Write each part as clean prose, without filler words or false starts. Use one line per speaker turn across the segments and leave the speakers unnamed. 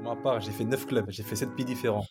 ma part, j'ai fait 9 clubs, j'ai fait 7 pays différents.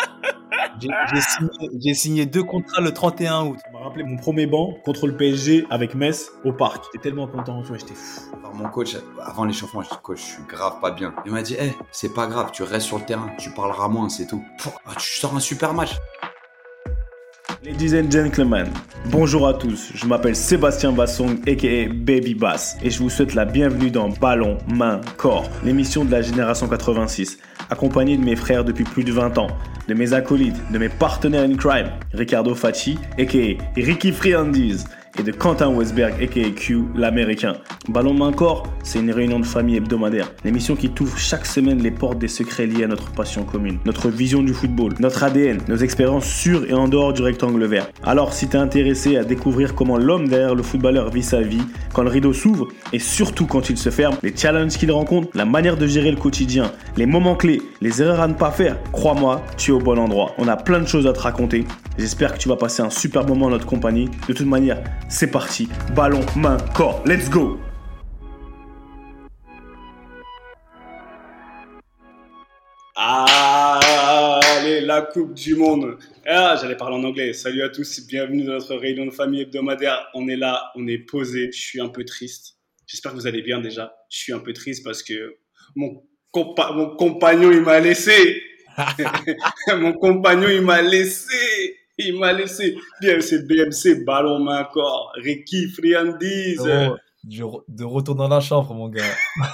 J'ai signé 2 contrats le 31 août.
Ça m'a rappelé mon premier banc contre le PSG avec Metz au parc. J'étais tellement content, tu vois, j'étais fou.
Alors mon coach, avant l'échauffement, je dis coach, je suis grave pas bien. Il m'a dit, c'est pas grave, tu restes sur le terrain, tu parleras moins, c'est tout. Tu sors un super match.
Ladies and gentlemen, bonjour à tous, je m'appelle Sébastien Bassong aka Baby Bass et je vous souhaite la bienvenue dans Ballon, Main, Corps, l'émission de la génération 86, accompagné de mes frères depuis plus de 20 ans, de mes acolytes, de mes partenaires in crime, Ricardo Facci aka Ricky Friandise et de Quentin Westberg aka Q l'américain. Ballon, Main, Corps, c'est une réunion de famille hebdomadaire, l'émission qui t'ouvre chaque semaine les portes des secrets liés à notre passion commune, notre vision du football, notre ADN, nos expériences sur et en dehors du rectangle vert. Alors si t'es intéressé à découvrir comment l'homme derrière le footballeur vit sa vie, quand le rideau s'ouvre et surtout quand il se ferme, les challenges qu'il rencontre, la manière de gérer le quotidien, les moments clés, les erreurs à ne pas faire, crois-moi, tu es au bon endroit. On a plein de choses à te raconter. J'espère que tu vas passer un super moment en notre compagnie. De toute manière, c'est parti. Ballon, main, corps. Let's go! Allez, la Coupe du Monde. J'allais parler en anglais. Salut à tous, bienvenue dans notre réunion de famille hebdomadaire. On est là, on est posé. Je suis un peu triste. J'espère que vous allez bien déjà. Je suis un peu triste parce que mon compagnon, il m'a laissé. Mon compagnon, il m'a laissé. Bien, c'est BMC, ballon, main, corps. Ricky Friandise.
De retour dans la chambre, mon gars.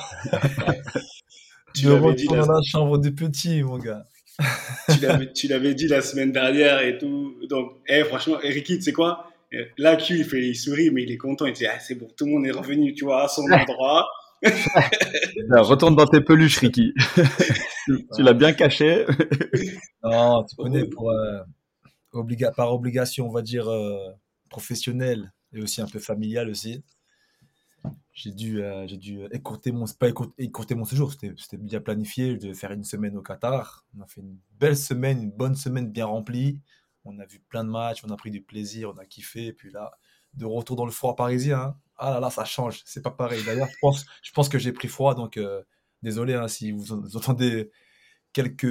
Tu l'avais dit
dans la chambre de petit, mon gars.
Tu l'avais dit la semaine dernière et tout. Donc, franchement, Ricky, tu sais quoi? Là, Q, il sourit, mais il est content. Il dit, c'est bon, tout le monde est revenu, tu vois, à son endroit.
Retourne dans tes peluches, Ricky. Tu l'as bien caché.
Non, tu connais, par obligation, on va dire, professionnelle et aussi un peu familiale aussi. J'ai dû écourter mon séjour. C'était bien planifié. Je devais faire une semaine au Qatar. On a fait une belle semaine, une bonne semaine bien remplie. On a vu plein de matchs, on a pris du plaisir, on a kiffé. Et puis là, de retour dans le froid parisien, hein. Ah là là, ça change. C'est pas pareil. D'ailleurs, je pense que j'ai pris froid, donc désolé hein, si vous entendez quelques,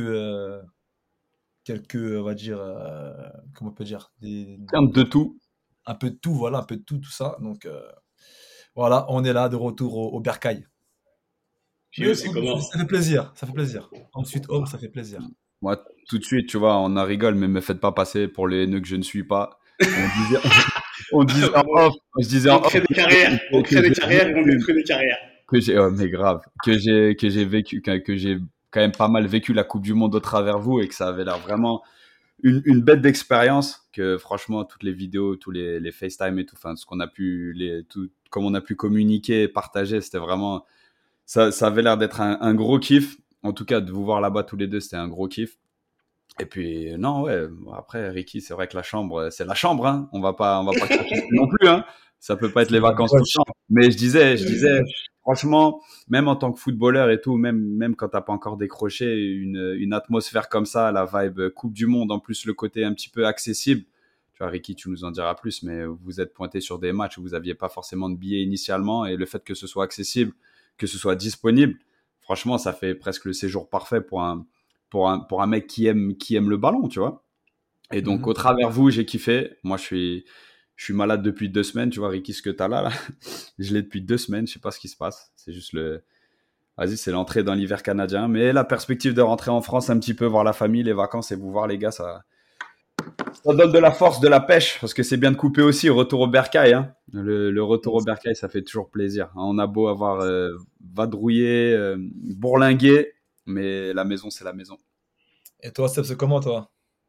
on va dire, comment on peut dire,
De tout.
un peu de tout, voilà, un peu de tout ça. Donc voilà, on est là de retour au Bercail.
C'est comment?
Ça fait plaisir. Ensuite, homme, ça fait plaisir.
Moi, tout de suite, tu vois, on en rigole, mais me faites pas passer pour les haineux que je ne suis pas. On disait en off.
On crée des carrières et on détruit des carrières.
Mais grave. Que j'ai vécu, que j'ai quand même pas mal vécu la Coupe du Monde au travers vous et que ça avait l'air vraiment une bête d'expérience. Que franchement, toutes les vidéos, tous les FaceTime et tout, enfin, ce qu'on a pu, comme on a pu communiquer, partager, c'était vraiment, ça avait l'air d'être un gros kiff. En tout cas, de vous voir là-bas tous les deux, c'était un gros kiff. Et puis, non, ouais, après, Ricky, c'est vrai que la chambre, c'est la chambre, hein. On va pas cracher non plus, hein. Ça peut pas être les vacances tout le temps. Mais je disais, franchement, même en tant que footballeur et tout, même quand t'as pas encore décroché une atmosphère comme ça, la vibe Coupe du Monde, en plus le côté un petit peu accessible. Tu vois, Ricky, tu nous en diras plus, mais vous êtes pointé sur des matchs où vous aviez pas forcément de billets initialement et le fait que ce soit accessible, que ce soit disponible, franchement, ça fait presque le séjour parfait pour un mec qui aime le ballon, tu vois. Et donc, au travers vous, j'ai kiffé. Moi, je suis malade depuis 2 semaines. Tu vois, Ricky, ce que t'as là. Je l'ai depuis 2 semaines. Je sais pas ce qui se passe. C'est juste vas-y, c'est l'entrée dans l'hiver canadien. Mais la perspective de rentrer en France un petit peu, voir la famille, les vacances et vous voir, les gars, ça donne de la force, de la pêche. Parce que c'est bien de couper aussi. Retour au Bercail, hein. Le retour au Bercail, ça fait toujours plaisir. On a beau avoir vadrouillé, bourlingué, mais la maison, c'est la maison.
Et toi, Seb, c'est comment, toi?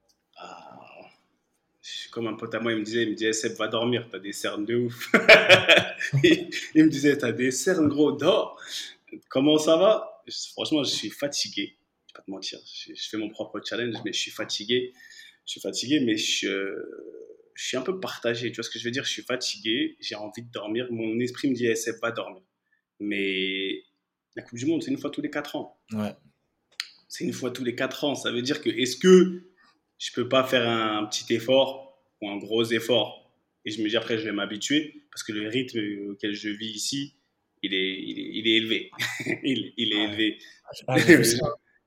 Comme un pote à moi, il me disait, Seb, va dormir, t'as des cernes de ouf. Il me disait, t'as des cernes, gros, dors. Comment ça va? Franchement, je suis fatigué. Je vais pas te mentir. Je fais mon propre challenge, mais je suis fatigué. Mais je suis un peu partagé. Tu vois ce que je veux dire? Je suis fatigué, j'ai envie de dormir. Mon esprit me dit, Seb, va dormir. Mais la Coupe du Monde, c'est une fois tous les 4 ans.
Ouais.
C'est une fois tous les 4 ans. Ça veut dire que est-ce que je peux pas faire un petit effort ou un gros effort et je me dis après je vais m'habituer parce que le rythme auquel je vis ici il est élevé. il est élevé.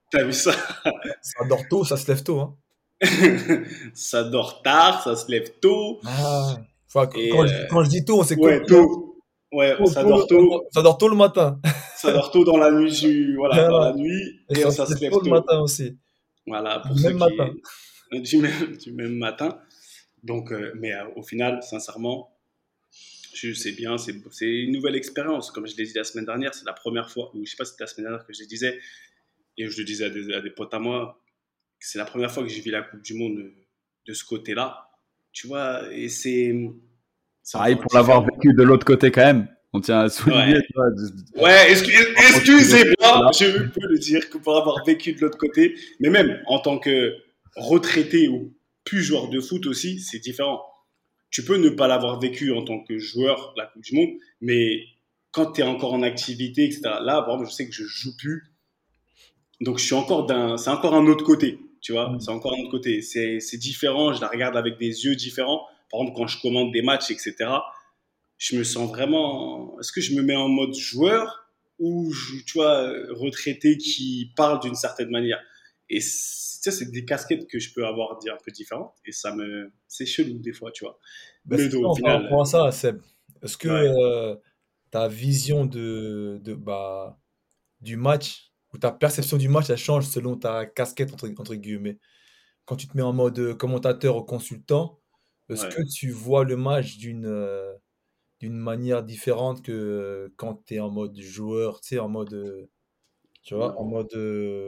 T'as vu ça?
Ça dort tôt, ça se lève tôt. Hein.
Ça dort tard, ça se lève tôt.
Ah. Enfin,
Et
quand je dis tôt, c'est
ouais,
compris. Hein.
tôt. Ouais, ça dort tôt.
Ça dort tôt le matin.
Ça dort tôt dans la nuit, voilà, dans
Voilà.
la nuit,
Et
et
ça se
ça
lève
se lève
tôt le
tôt.
matin aussi.
Voilà, pour
Du
ceux
même matin.
qui du même matin. Donc, mais au final, sincèrement, c'est bien, c'est une nouvelle expérience. Comme je l'ai dit la semaine dernière, c'est la première fois, ou je sais pas si c'était la semaine dernière que je le disais, et je le disais à des potes à moi, c'est la première fois que j'ai vu la Coupe du Monde de ce côté-là. Tu vois, et c'est
Pareil
encore
pour l'avoir
différent.
vécu de l'autre côté quand même. On tient à souligner,
Ouais.
tu vois,
Ouais, excusez-moi,
là.
je peux le dire que pour avoir vécu de l'autre côté, mais même en tant que retraité ou plus joueur de foot aussi, c'est différent. Tu peux ne pas l'avoir vécu en tant que joueur, la Coupe du Monde, mais quand tu es encore en activité, etc., là, par exemple, je sais que je joue plus, donc je suis c'est encore un autre côté, tu vois,
Mm.
c'est encore un autre côté. C'est différent, je la regarde avec des yeux différents. Par exemple, quand je commande des matchs, etc., je me sens vraiment. Est-ce que je me mets en mode joueur ou, tu vois, retraité qui parle d'une certaine manière? Et ça, c'est des casquettes que je peux avoir un peu différentes. Et c'est chelou des fois, tu vois.
Ben,
Mais
c'est
donc, au
ça, par
final,
rapport à ça, Seb. Est-ce que
ouais.
ta vision du match, ou ta perception du match, elle change selon ta casquette, entre guillemets? Quand tu te mets en mode commentateur ou consultant, est-ce
Ouais.
que tu vois le match d'une manière différente que quand tu es en mode joueur, tu sais, en mode, tu vois, en
Non.
mode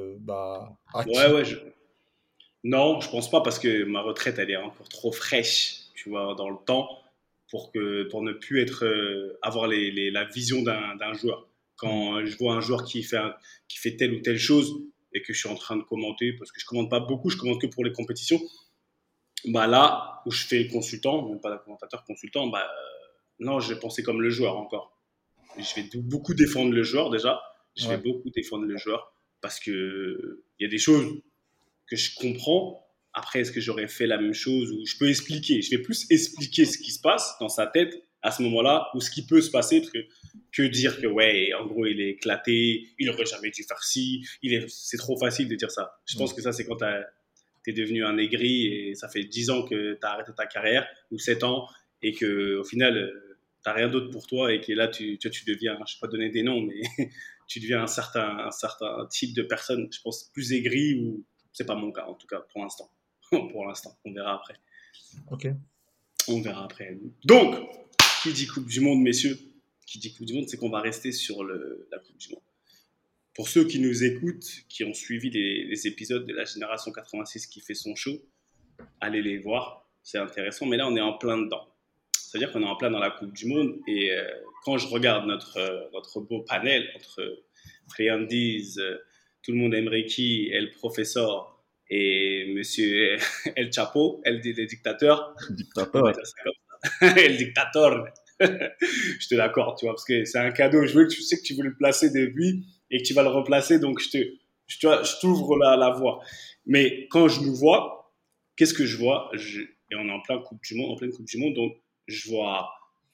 Ouais,
actif?
ouais. Non, je pense pas parce que ma retraite, elle est encore trop fraîche, tu vois, dans le temps pour ne plus avoir la vision d'un joueur.
Hmm.
Quand je vois un joueur qui fait telle ou telle chose et que je suis en train de commenter, parce que je commande pas beaucoup, je commande que pour les compétitions, bah là où je fais consultant, même pas commentateur consultant, bah non, je vais penser comme le joueur encore. Je vais beaucoup défendre le joueur déjà. Je vais
Ouais.
beaucoup défendre le joueur parce que il y a des choses que je comprends. Après, est-ce que j'aurais fait la même chose ou je peux expliquer? Je vais plus expliquer ce qui se passe dans sa tête à ce moment-là ou ce qui peut se passer que dire que ouais, en gros, il est éclaté, il aurait jamais dû faire ci. C'est trop facile de dire ça. Je pense
Hmm.
que ça, c'est quand t'es devenu un aigri et ça fait 10 ans que t'as arrêté ta carrière ou 7 ans et que au final, t'as rien d'autre pour toi et que là, tu deviens, je sais pas donner des noms, mais tu deviens un certain type de personne, je pense, plus aigri ou c'est pas mon cas, en tout cas, pour l'instant. Pour l'instant, on verra après.
Ok.
On verra après. Donc, qui dit Coupe du Monde, messieurs, qui dit Coupe du Monde, c'est qu'on va rester sur la Coupe du Monde. Pour ceux qui nous écoutent, qui ont suivi les épisodes de la Génération 86 qui fait son show, allez les voir, c'est intéressant. Mais là, on est en plein dedans. C'est-à-dire qu'on est en plein dans la Coupe du Monde. Et quand je regarde notre beau panel entre Friandise, tout le monde aimerait qui, El Professeur et Monsieur El Chapo, El le dictateur, on va
Dictateur.
dire ça comme ça. El dictateur. Je te l'accorde, tu vois, parce que c'est un cadeau. Je sais que tu veux le placer depuis et que tu vas le replacer, donc je t'ouvre la voie. Mais quand je nous vois, qu'est-ce que je vois? Et on est en pleine Coupe du Monde, donc je vois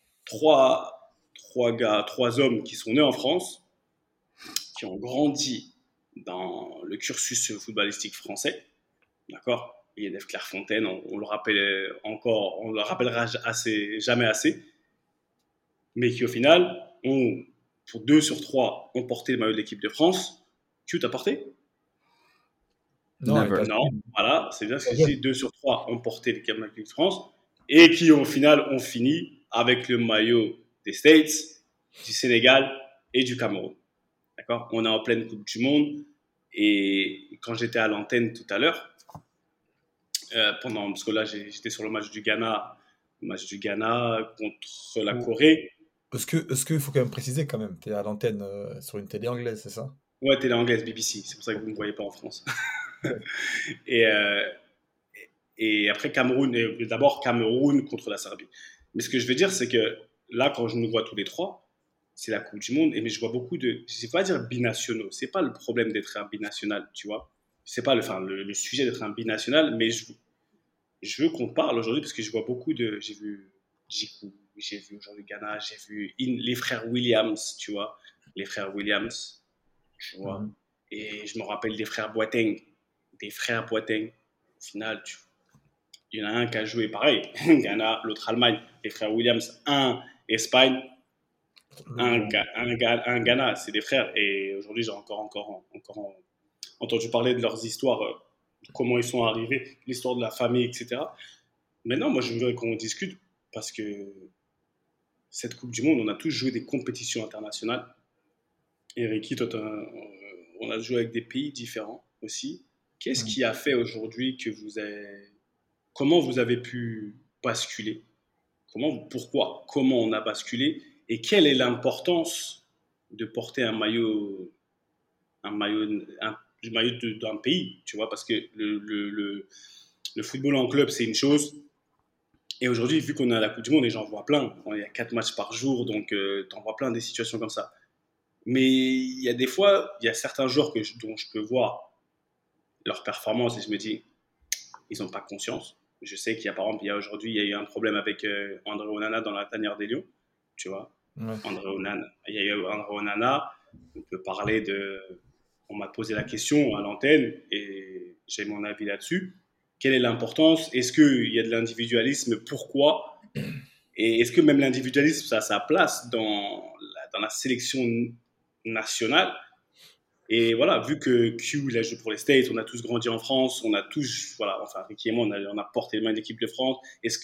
trois gars, trois hommes qui sont nés en France, qui ont grandi dans le cursus footballistique français, d'accord? INF Clairefontaine, on le rappelle encore, on le rappellera jamais assez, mais qui au final pour 2 sur 3, ont porté le maillot de l'équipe de France. Tu t'as porté?
Non,
Never.
Non, voilà, c'est bien ce que je dis.
États-Unis.
2 sur 3 ont porté l'équipe de France et qui au final ont fini avec le maillot des States, du Sénégal et du Cameroun. D'accord? On est en pleine Coupe du Monde et quand j'étais à l'antenne tout à l'heure, parce que là j'étais sur le match du Ghana contre la
Ou-
Corée.
Est-ce qu'il faut quand même préciser quand même, tu es à l'antenne sur une télé anglaise, c'est ça?
Ouais, télé anglaise, BBC, c'est pour ça que vous ne me voyez pas en France. et, euh, et après Cameroun, et d'abord Cameroun contre la Serbie. Mais ce que je veux dire, c'est que là, quand je nous vois tous les trois, c'est la Coupe du Monde, mais je vois beaucoup de, je ne vais pas dire binationaux, c'est pas le problème d'être un binational, tu vois. C'est pas le sujet d'être un binational, mais je veux qu'on parle aujourd'hui parce que je vois beaucoup j'ai vu Djikou, j'ai vu aujourd'hui Ghana, les frères Williams, tu vois, les frères Williams, tu vois.
Mhm.
Et je me rappelle des frères Boateng. Des frères Boateng. Au final, il y en a un qui a joué pareil. Ghana, l'autre Allemagne. Les frères Williams, un Espagne, un Ghana. C'est des frères. Et aujourd'hui, j'ai encore entendu parler de leurs histoires, comment ils sont arrivés, l'histoire de la famille, etc. Maintenant, moi, je voudrais qu'on discute parce que cette Coupe du Monde, on a tous joué des compétitions internationales. Et Ricky, toi, on a joué avec des pays différents aussi. Qu'est-ce qui a fait aujourd'hui que comment vous avez pu basculer? Pourquoi? Comment on a basculé? Et quelle est l'importance de porter du maillot d'un pays, tu vois? Parce que le football en club, c'est une chose. Et aujourd'hui, vu qu'on est à la Coupe du Monde, et j'en vois plein, il y a 4 matchs par jour, donc t'en vois plein des situations comme ça. Mais il y a des fois, il y a certains joueurs dont je peux voir leur performance et je me dis, ils n'ont pas conscience. Je sais par exemple, aujourd'hui, il y a eu un problème avec André Onana dans la tanière des Lions, tu vois.
Ouais.
Il y a eu André Onana, on peut parler on m'a posé la question à l'antenne et j'ai mon avis là-dessus. Quelle est l'importance? Est-ce qu'il y a de l'individualisme? Pourquoi? Et est-ce que même l'individualisme, ça a sa place dans la sélection nationale? Et voilà, vu que Q, il a joué pour les States, on a tous grandi en France, on a tous, voilà, enfin, Ricky et moi, on a porté les mains de l'équipe de France.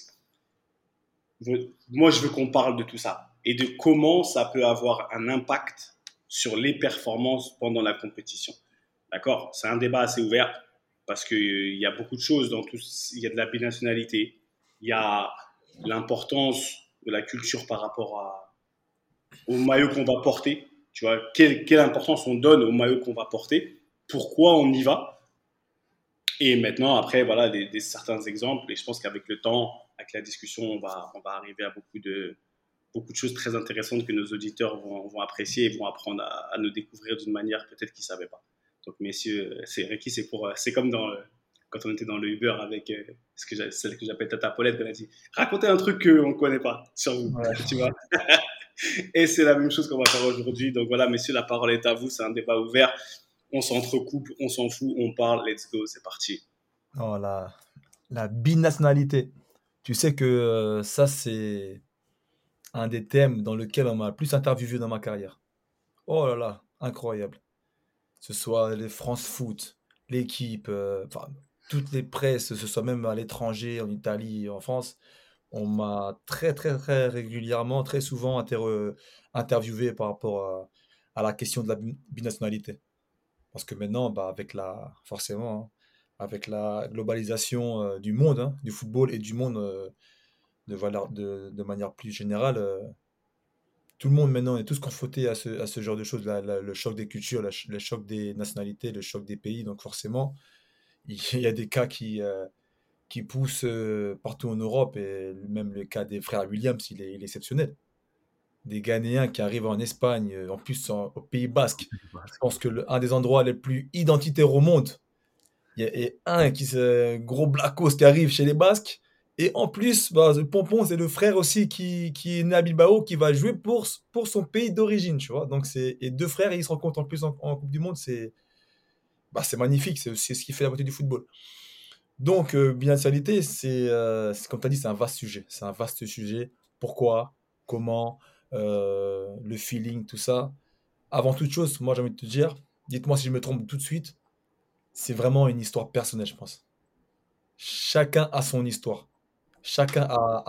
Moi, je veux qu'on parle de tout ça et de comment ça peut avoir un impact sur les performances pendant la compétition. D'accord? C'est un débat assez ouvert parce qu'il y a beaucoup de choses dans tout. Il y a de la binationalité, il y a l'importance de la culture par rapport au maillot qu'on va porter. Tu vois, quelle importance on donne au maillot qu'on va porter, pourquoi on y va. Et maintenant, après, voilà, certains exemples. Et je pense qu'avec le temps, avec la discussion, on va arriver à beaucoup de choses très intéressantes que nos auditeurs vont apprécier et vont apprendre à nous découvrir d'une manière peut-être qu'ils ne savaient pas. Donc, messieurs, Ricky, c'est comme quand on était dans le Uber avec celle que j'appelle Tata Paulette, elle a dit racontez un truc qu'on ne connaît pas sur vous,
Ouais.
tu vois. Et c'est la même chose qu'on va faire aujourd'hui. Donc voilà, messieurs, la parole est à vous. C'est un débat ouvert. On s'entrecoupe, on s'en fout, on parle. Let's go, c'est parti.
Oh, la binationalité. Tu sais que ça, c'est un des thèmes dans lequel on m'a le plus interviewé dans ma carrière. Oh là là, incroyable. Que ce soit les France Foot, l'équipe, enfin, toutes les presses, que ce soit même à l'étranger, en Italie, en France, on m'a très, très, très régulièrement, très souvent interviewé par rapport à la question de la binationalité. Parce que maintenant, bah, forcément, hein, avec la globalisation du monde, hein, du football et du monde de manière plus générale, tout le monde maintenant est tous confrontés à ce genre de choses, le choc des cultures, le choc des nationalités, le choc des pays. Donc forcément, il y a des cas qui poussent partout en Europe et même le cas des frères Williams, il est exceptionnel. Des Ghanéens qui arrivent en Espagne, en plus au Pays Basque. Je pense que un des endroits les plus identitaires au monde. Il y a et un gros Blacos qui arrive chez les Basques. Et en plus, bah, ce Pompon, c'est le frère aussi qui est né à Bilbao, qui va jouer pour son pays d'origine, tu vois. Donc, et deux frères, et ils se rencontrent en plus en Coupe du Monde, c'est magnifique, c'est ce qui fait la beauté du football. Donc, binationalité, comme tu as dit, c'est un vaste sujet. C'est un vaste sujet. Pourquoi, comment, le feeling, tout ça. Avant toute chose, moi, j'ai envie de te dire, dites-moi si je me trompe tout de suite, c'est vraiment une histoire personnelle, je pense. Chacun a son histoire. Chacun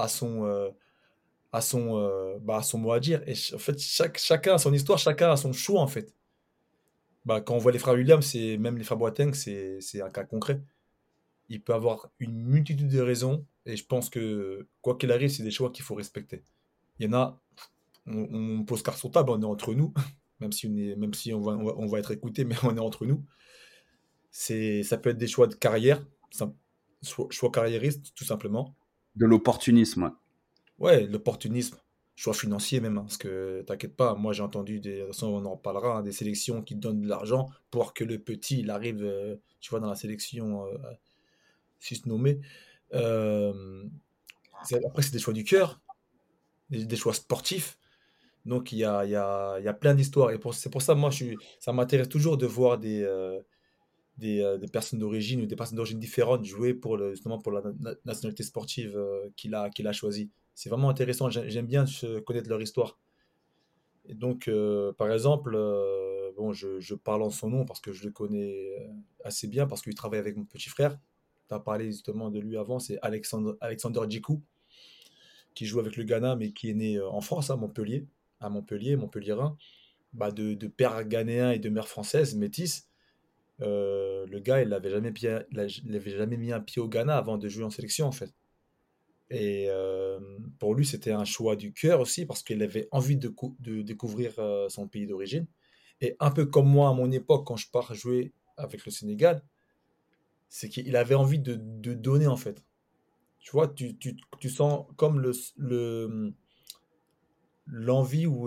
a son mot à dire. Et en fait, chacun a son histoire, chacun a son choix, en fait. Bah, quand on voit les frères Williams, et même les frères Boateng, c'est un cas concret. Il peut avoir une multitude de raisons, et je pense que, quoi qu'il arrive, c'est des choix qu'il faut respecter. Il y en a, on pose carte sur table, on est entre nous, même si on va être écouté, mais on est entre nous. Ça peut être des choix de carrière, choix carriériste, tout simplement.
De l'opportunisme.
Ouais, l'opportunisme, choix financier même, hein, parce que t'inquiète pas, moi j'ai entendu de toute façon on en reparlera, hein, des sélections qui donnent de l'argent pour que le petit il arrive, tu vois, dans la sélection, si se nommer. Euh, Après c'est des choix du cœur, des choix sportifs. Donc il y a plein d'histoires. Et c'est pour ça, moi, ça m'intéresse toujours de voir des personnes d'origine ou des personnes d'origine différentes jouer justement pour la nationalité sportive qu'il a choisie. C'est vraiment intéressant. J'aime bien connaître leur histoire. Et donc, par exemple, bon, je parle en son nom parce que je le connais assez bien, parce qu'il travaille avec mon petit frère. Tu as parlé justement de lui avant, c'est Alexander Djikou, qui joue avec le Ghana, mais qui est né en France, à Montpellier, Montpellierin, bah de père ghanéen et de mère française, métisse. Le gars, il avait jamais mis un pied au Ghana avant de jouer en sélection, en fait. Et pour lui, c'était un choix du cœur aussi, parce qu'il avait envie de découvrir son pays d'origine. Et un peu comme moi à mon époque, quand je pars jouer avec le Sénégal, c'est qu'il avait envie de donner, en fait. Tu vois, tu sens comme l'envie ou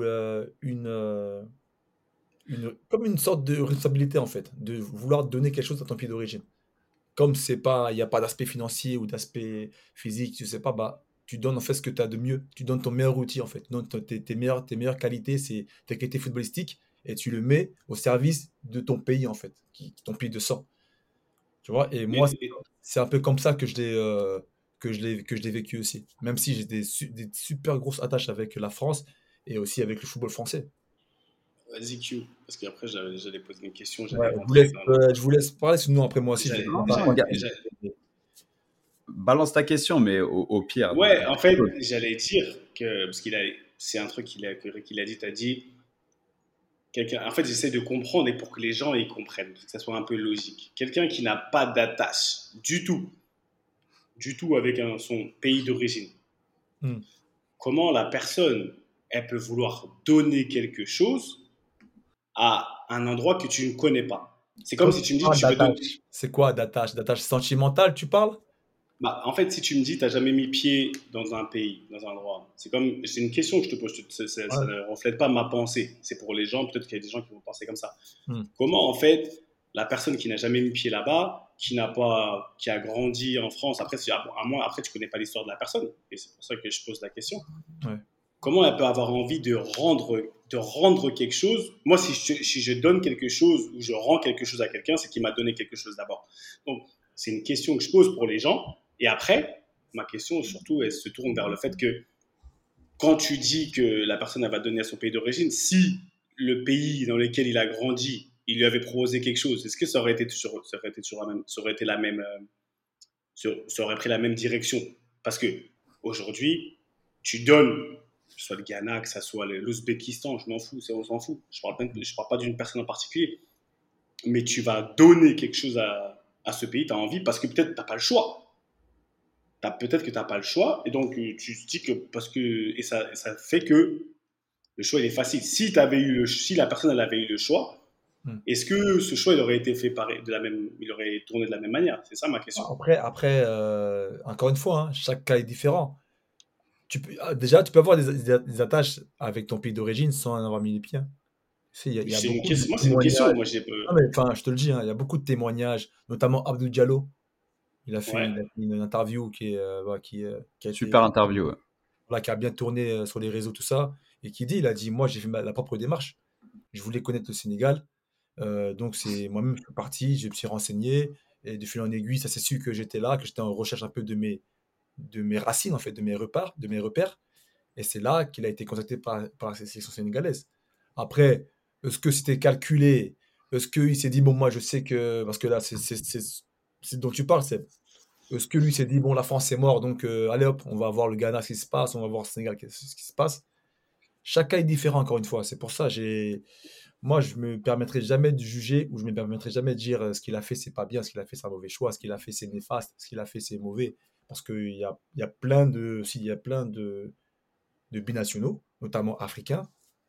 comme une sorte de responsabilité, en fait, de vouloir donner quelque chose à ton pays d'origine. Comme c'est pas, il n'y a pas d'aspect financier ou d'aspect physique, tu sais pas, bah, tu donnes en fait ce que tu as de mieux. Tu donnes ton meilleur outil en fait. Tu donnes tes meilleures qualités, c'est tes qualités footballistiques, et tu le mets au service de ton pays en fait, ton pays de sang. Tu vois, et moi,
Mais,
c'est un peu comme ça que je l'ai vécu aussi. Même si j'ai des super grosses attaches avec la France et aussi avec le football français.
vas-y, Q, parce qu'après, j'allais poser une question,
Ouais,
j'allais rentrer dans.
je vous laisse parler, sinon après moi aussi, je vais
J'allais,
Non, non,
j'allais-
regarde,
j'allais-
balance ta question, mais au pire.
Ouais, en fait, j'allais dire que, parce c'est un truc qu'il a dit, t'as dit, en fait, j'essaie de comprendre et pour que les gens y comprennent, que ça soit un peu logique. Quelqu'un qui n'a pas d'attache du tout avec son pays d'origine,
Hmm.
comment la personne, elle peut vouloir donner quelque chose à un endroit que tu ne connais pas. C'est comme
Quand
si
tu
tu me dis,
parles
tu veux donner.
d'attache, c'est quoi d'attache? D'attache sentimentale, tu parles?
Bah, en fait, si tu me dis, tu n'as jamais mis pied dans un pays, dans un endroit, c'est une question que je te pose. Ça
Ouais.
ne reflète pas ma pensée. C'est pour les gens, peut-être qu'il y a des gens qui vont penser comme ça.
Hmm.
Comment, en fait, la personne qui n'a jamais mis pied là-bas, qui a grandi en France, après, à moi, après, tu connais pas l'histoire de la personne, et c'est pour ça que je pose la question.
Ouais.
Comment elle peut avoir envie de rendre quelque chose? Moi, si je donne quelque chose ou je rends quelque chose à quelqu'un, c'est qu'il m'a donné quelque chose d'abord. Donc, c'est une question que je pose pour les gens. Et après, ma question, surtout, elle se tourne vers le fait que quand tu dis que la personne elle va donner à son pays d'origine, si le pays dans lequel il a grandi, il lui avait proposé quelque chose, est-ce que ça aurait été ça aurait été la même, ça aurait pris la même direction? Parce que aujourd'hui, tu donnes, que ce soit le Ghana, que ce soit l'Ouzbékistan, je m'en fous, on s'en fout. Je parle pas d'une personne en particulier, mais tu vas donner quelque chose à ce pays, tu as envie, parce que peut-être tu n'as pas le choix. Peut-être que tu n'as pas le choix, et donc tu te dis que, et ça fait que le choix il est facile. Si la personne elle avait eu le choix,
Hmm.
est-ce que ce choix il aurait été fait il aurait tourné de la même manière? C'est ça ma question.
Après encore une fois, hein, chaque cas est différent. Déjà, tu peux avoir des attaches avec ton pays d'origine sans en avoir mis les pieds, hein. Tu sais, il y a beaucoup de
Moi, c'est une question.
témoignages.
Moi, j'ai.
Ah, mais, enfin, je te le dis, hein, il y a beaucoup de témoignages, notamment Abdou Diallo.
Ouais.
Il a fait une interview qui a
Super
été,
interview. Ouais.
voilà, qui a bien tourné sur les réseaux, tout ça, et il a dit, moi, j'ai fait la propre démarche. Je voulais connaître le Sénégal. Donc c'est moi-même je suis parti, je me suis renseigné et de fil en aiguille, ça s'est su que j'étais là, que j'étais en recherche un peu de mes racines en fait, de mes repères. Et c'est là qu'il a été contacté par la sélection sénégalaise. Après, est-ce que c'était calculé? Est-ce qu'il s'est dit bon moi je sais que parce que là c'est dont tu parles, c'est est-ce que lui s'est dit bon la France c'est mort donc allez hop on va voir le Ghana ce qui se passe, on va voir le Sénégal ce qui se passe. Chaque cas est différent encore une fois. C'est pour ça moi, je me permettrai jamais de juger ou je me permettrai jamais de dire ce qu'il a fait, c'est pas bien, ce qu'il a fait, c'est un mauvais choix, ce qu'il a fait, c'est néfaste, ce qu'il a fait, c'est mauvais. Parce il y a plein s'il y a plein de binationaux, notamment africains,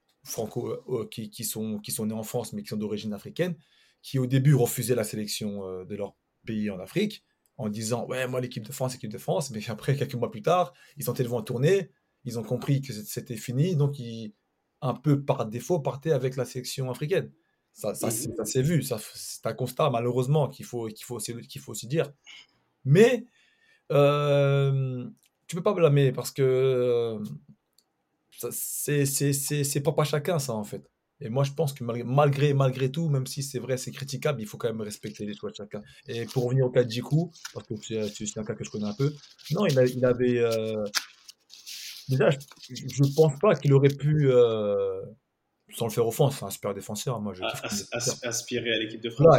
qui sont nés en France mais qui sont d'origine africaine, qui au début refusaient la sélection de leur pays en Afrique en disant ouais, moi l'équipe de France, équipe de France, mais après, quelques mois plus tard, ils sont allés en tournée, ils ont compris que c'était fini, donc un peu par défaut, partaient avec la sélection africaine. Ça
Mhm.
s'est vu, c'est un constat malheureusement qu'il faut aussi dire. Mais euh, tu peux pas blâmer parce que c'est propre à chacun, ça, en fait. Et moi, je pense que malgré tout, même si c'est vrai, c'est critiquable, il faut quand même respecter les choix de chacun. Et pour revenir au cas de Djikou, parce que c'est un cas que je connais un peu, non, il avait. Déjà, je pense pas qu'il aurait pu, sans le faire offense, c'est un super défenseur. Moi, je kiffe comme défenseur.
Aspirer à l'équipe de France.
Voilà,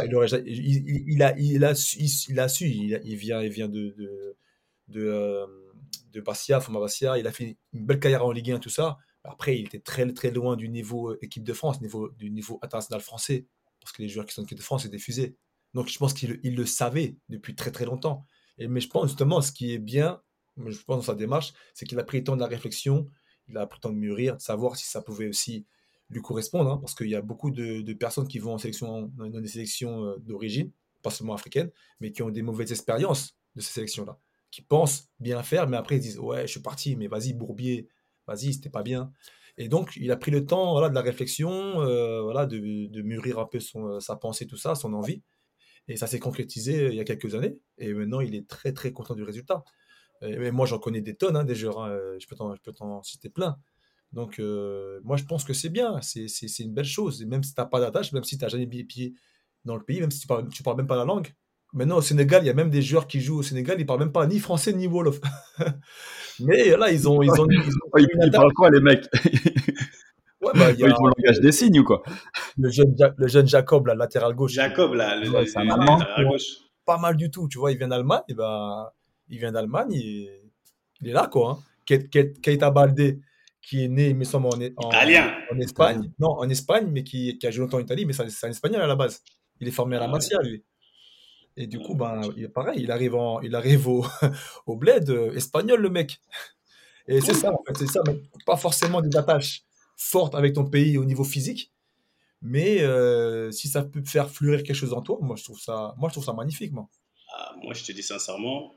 il a su, il vient de, euh, de Bastia, Format Bastia. Il a fait une belle carrière en Ligue 1, tout ça. Après, il était très, très loin du niveau équipe de France, du niveau international français, parce que les joueurs qui sont en équipe de France, c'est des fusées. Donc, je pense qu'il le savait depuis très, très longtemps. Mais je pense justement, ce qui est bien, mais je pense dans sa démarche, c'est qu'il a pris le temps de la réflexion, il a pris le temps de mûrir, de savoir si ça pouvait aussi lui correspondre, hein, parce qu'il y a beaucoup de personnes qui vont en sélection, dans des sélections d'origine, pas seulement africaines, mais qui ont des mauvaises expériences de ces sélections-là, qui pensent bien faire, mais après ils disent ouais, je suis parti, mais vas-y Bourbier, vas-y, c'était pas bien. Et donc il a pris le temps, voilà, de la réflexion, voilà, de mûrir un peu sa pensée, tout ça, son envie, et ça s'est concrétisé il y a quelques années. Et maintenant il est très très content du résultat. Mais moi j'en connais des tonnes, hein, des joueurs, hein, je peux t'en citer plein. Donc, moi, je pense que c'est bien, c'est une belle chose. Et même si tu n'as pas d'attache, même si tu n'as jamais mis les pieds dans le pays, même si tu parles même pas la langue. Maintenant, au Sénégal, il y a même des joueurs qui jouent au Sénégal, ils parlent même pas ni français ni wolof. Mais là,
Oh,
une
ils
attaque.
parlent quoi, les mecs?
Ouais, bah, il y
Oh,
a
ils font le langage des signes ou quoi?
le jeune Jacob, là, latéral gauche,
Jacob, là,
ouais,
C'est un
pas mal,
Allemand?
à gauche.
pas mal du tout. Tu vois, il vient d'Allemagne, et bah, il vient d'Allemagne, il est là, quoi. Hein. Keita Balde, qui est né, il me semble,
Italien.
en
Italien.
Espagne. Non, en Espagne, mais qui a joué longtemps en Italie, mais c'est un Espagnol à la base. Il est formé à la
Ah ouais.
Masia, lui. Et du coup,
Ouais.
ben, pareil, il arrive au bled espagnol, le mec. Et c'est
Cool.
ça, en fait, c'est ça. Mais pas forcément des attaches fortes avec ton pays au niveau physique, mais si ça peut faire fleurir quelque chose en toi, moi, je trouve ça magnifique, moi.
Ah, moi, je te dis sincèrement,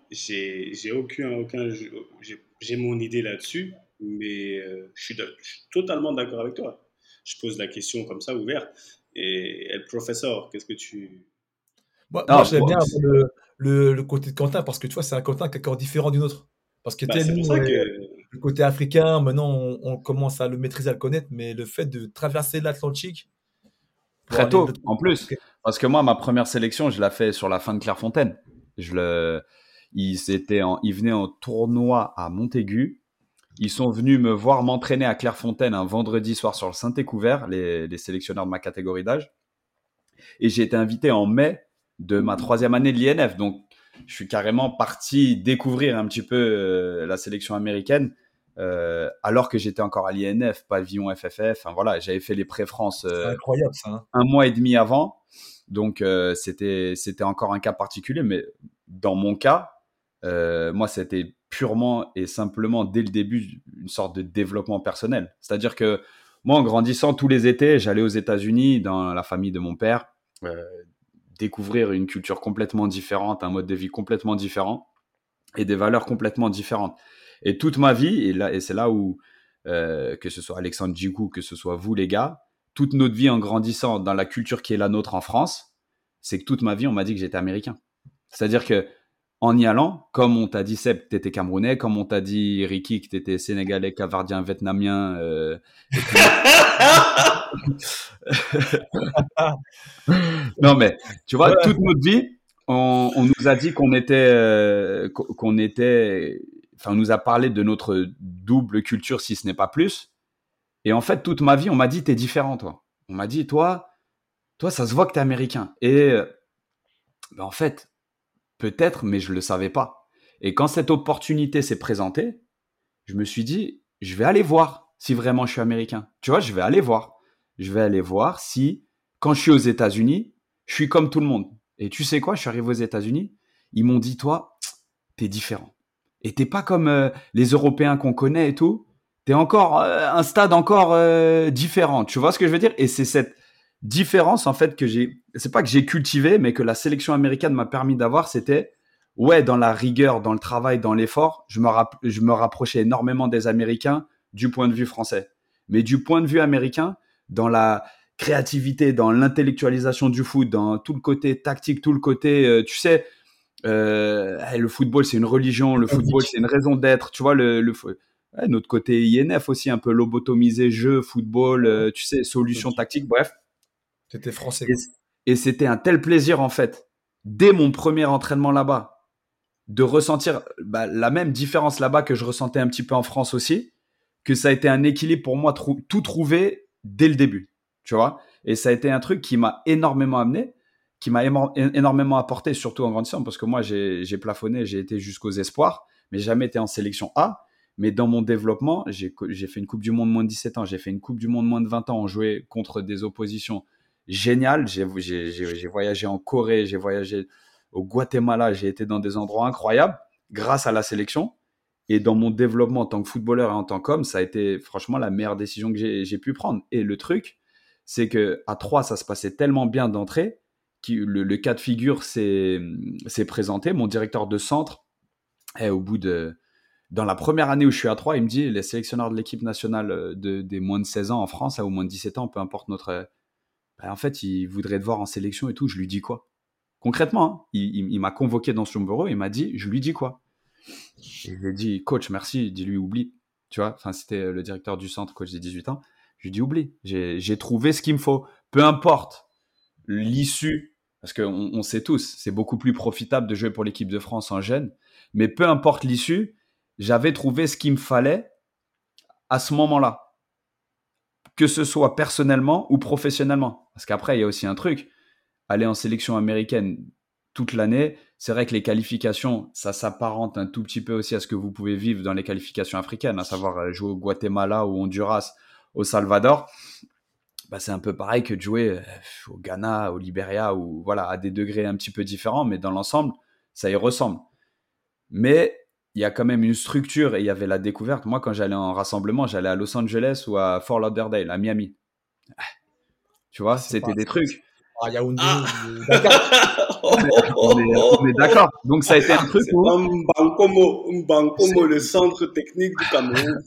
j'ai mon idée là-dessus, mais je suis totalement d'accord avec toi. Je pose la question comme ça, ouverte. Et le professeur, qu'est-ce que tu...
Moi,
Non,
j'aime bien avoir le côté de Quentin parce que tu vois, c'est un Quentin qui est encore différent d'une autre. Parce que tu
Bah,
sais,
c'est pour
nous,
ça que...
le côté africain, maintenant, on commence à le maîtriser, à le connaître, mais le fait de traverser l'Atlantique pour
très
aller de
tôt,
l'autre
en
côté.
plus. Parce que moi, ma première sélection, je l'ai fait sur la fin de Clairefontaine. Ils venaient en tournoi à Montaigu. Ils sont venus me voir m'entraîner à Clairefontaine un vendredi soir sur le Saint-Écouvert, les sélectionneurs de ma catégorie d'âge. Et j'ai été invité en mai de ma 3e année de l'INF. Donc, je suis carrément parti découvrir un petit peu la sélection américaine, alors que j'étais encore à l'INF, pavillon FFF. Enfin, voilà, j'avais fait les pré-France
C'est incroyable, ça. Hein.
un mois et demi avant. Donc, c'était encore un cas particulier. Mais dans mon cas, moi, c'était purement et simplement, dès le début, une sorte de développement personnel. C'est-à-dire que moi, en grandissant tous les étés, j'allais aux États-Unis dans la famille de mon père, euh, découvrir une culture complètement différente, un mode de vie complètement différent et des valeurs complètement différentes. Et toute ma vie, et c'est là où, que ce soit Alexandre Djikou, que ce soit vous les gars, toute notre vie en grandissant dans la culture qui est la nôtre en France, c'est que toute ma vie, on m'a dit que j'étais américain. C'est-à-dire que en y allant, comme on t'a dit Seb que t'étais camerounais, comme on t'a dit Ricky que t'étais sénégalais, cavardien, vietnamien,
Ah,
non mais tu vois,
ouais,
toute notre vie, on nous a dit enfin on nous a parlé de notre double culture si ce n'est pas plus. Et en fait, toute ma vie, on m'a dit t'es différent toi. On m'a dit toi ça se voit que t'es américain. Et ben, en fait, peut-être, mais je le savais pas. Et quand cette opportunité s'est présentée, je me suis dit, je vais aller voir si vraiment je suis américain. Tu vois, je vais aller voir. Je vais aller voir si, quand je suis aux États-Unis, je suis comme tout le monde. Et tu sais quoi, je suis arrivé aux États-Unis, ils m'ont dit, toi, t'es différent. Et t'es pas comme les Européens qu'on connaît et tout. T'es encore un stade encore différent. Tu vois ce que je veux dire? Et c'est cette différence, en fait, c'est pas que j'ai cultivé, mais que la sélection américaine m'a permis d'avoir, c'était, ouais, dans la rigueur, dans le travail, dans l'effort, je me rapprochais énormément des Américains du point de vue français. Mais du point de vue américain, dans la créativité, dans l'intellectualisation du foot, dans tout le côté tactique, tout le côté, tu sais, le football c'est une religion, le football
physique.
c'est une raison d'être, tu vois, ouais, notre côté INF aussi, un peu lobotomisé, jeu, football, tu sais, solutions tactiques, bref.
T'étais français,
Et,
quoi.
et c'était un tel plaisir, en fait, dès mon premier entraînement là-bas, de ressentir la même différence là-bas que je ressentais un petit peu en France aussi, que ça a été un équilibre pour moi, tout trouver dès le début, tu vois. Et ça a été un truc qui m'a énormément amené, qui m'a énormément apporté, surtout en grandissant, parce que moi, j'ai plafonné, j'ai été jusqu'aux espoirs, mais jamais été en sélection A. Mais dans mon développement, j'ai fait une Coupe du Monde moins de 17 ans, j'ai fait une Coupe du Monde moins de 20 ans, on jouait contre des oppositions géniales. J'ai voyagé en Corée, j'ai voyagé au Guatemala, j'ai été dans des endroits incroyables grâce à la sélection. Et dans mon développement en tant que footballeur et en tant qu'homme, ça a été franchement la meilleure décision que j'ai pu prendre. Et le truc, c'est qu'à 3, ça se passait tellement bien d'entrée que le cas de figure s'est présenté. Mon directeur de centre, dans la première année où je suis à 3, il me dit, les sélectionneurs de l'équipe nationale des moins de 16 ans en France, ou moins de 17 ans, peu importe notre... en fait, il voudrait te voir en sélection et tout. Je lui dis quoi? Concrètement, hein, il m'a convoqué dans son bureau, il m'a dit, je lui dis quoi? Et je lui ai dit, coach, merci, dis-lui, oublie. Tu vois, enfin, c'était le directeur du centre, coach des 18 ans. Je lui ai dit, oublie, j'ai trouvé ce qu'il me faut. Peu importe l'issue, parce qu'on sait tous, c'est beaucoup plus profitable de jouer pour l'équipe de France en jeune, mais peu importe l'issue, j'avais trouvé ce qu'il me fallait à ce moment-là, que ce soit personnellement ou professionnellement. Parce qu'après, il y a aussi un truc, aller en sélection américaine toute l'année, c'est vrai que les qualifications, ça s'apparente un tout petit peu aussi à ce que vous pouvez vivre dans les qualifications africaines, à savoir jouer au Guatemala, au Honduras, au Salvador. C'est un peu pareil que de jouer au Ghana, au Libéria, ou voilà, à des degrés un petit peu différents, mais dans l'ensemble, ça y ressemble. Mais il y a quand même une structure et il y avait la découverte. Moi, quand j'allais en rassemblement, j'allais à Los Angeles ou à Fort Lauderdale, à Miami. Tu vois, c'était des trucs.
Yaoundé ou
Ah.
On est d'accord. Donc, ça a été un truc
C'est
où
pas Mbankomo, le centre technique du Cameroun.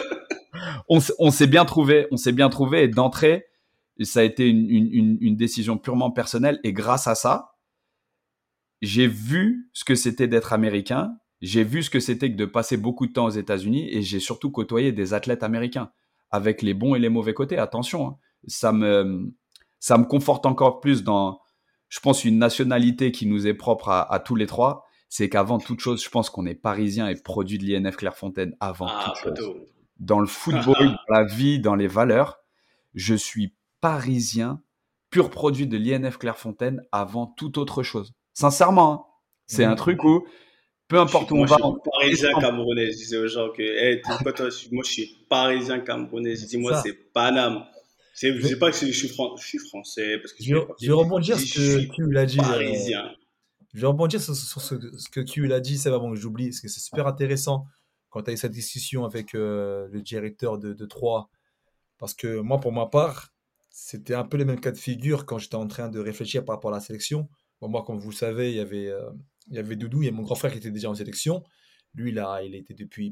on s'est bien trouvé. On s'est bien trouvé. Et d'entrée, ça a été une décision purement personnelle. Et grâce à ça, j'ai vu ce que c'était d'être américain. J'ai vu ce que c'était que de passer beaucoup de temps aux États-Unis. Et j'ai surtout côtoyé des athlètes américains avec les bons et les mauvais côtés. Attention, hein. Ça me conforte encore plus dans, je pense, une nationalité qui nous est propre à tous les trois. C'est qu'avant toute chose, je pense qu'on est parisien et produit de l'INF Clairefontaine avant toute chose.
Poteau.
Dans le football, dans la vie, dans les valeurs, je suis parisien, pur produit de l'INF Clairefontaine avant toute autre chose. Sincèrement, hein, c'est un truc où, peu importe où on
Moi,
va...
je suis parisien camerounais. Je disais aux gens que, hey, moi, je suis parisien camerounais. Je dis, moi,
ça.
c'est Paname. Je
Je vais,
dis pas que je suis français parce que je
je
suis
vais- je vais
papier. Je
rebondir
dis,
ce
je
que
suis
Q il a dit.
parisien.
Je vais rebondir sur ce que Q il a dit, c'est avant que j'oublie, parce que c'est super intéressant quand tu as eu cette discussion avec le directeur de 3. Parce que moi, pour ma part, c'était un peu les mêmes cas de figure quand j'étais en train de réfléchir par rapport à la sélection. Bon, moi, comme vous le savez, il y avait Doudou, il y a mon grand frère qui était déjà en sélection. Lui, là, il était depuis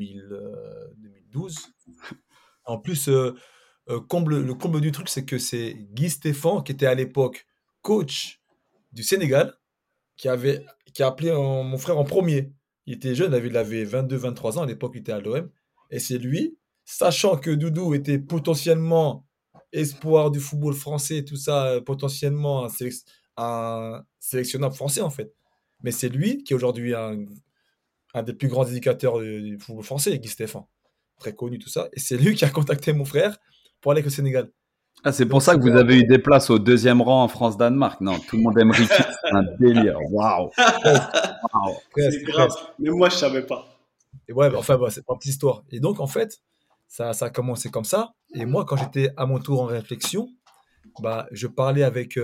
2012. En plus, le comble du truc, c'est que c'est Guy Stéphane, qui était à l'époque coach du Sénégal, qui, avait, qui a appelé mon frère en premier. Il était jeune, il avait 22-23 ans, à l'époque, il était à l'OM. Et c'est lui, sachant que Doudou était potentiellement espoir du football français, tout ça, potentiellement un sélectionnable français, en fait. Mais c'est lui qui est aujourd'hui un des plus grands éducateurs du football français, Guy Stéphane. Très connu, tout ça. Et c'est lui qui a contacté mon frère pour aller avec le Sénégal.
Ah, c'est pour
Donc,
ça
tu
que vous
vois,
avez eu des places au deuxième rang en France-Danemark. Non, tout le monde aime Ricky, c'est un délire. Waouh,
presque,
waouh.
C'est
presque,
grave.
presque.
Mais moi, je savais pas.
Et ouais, enfin, c'est pas une petite histoire. Et donc, en fait, ça a commencé comme ça. Et moi, quand j'étais à mon tour en réflexion, je parlais avec.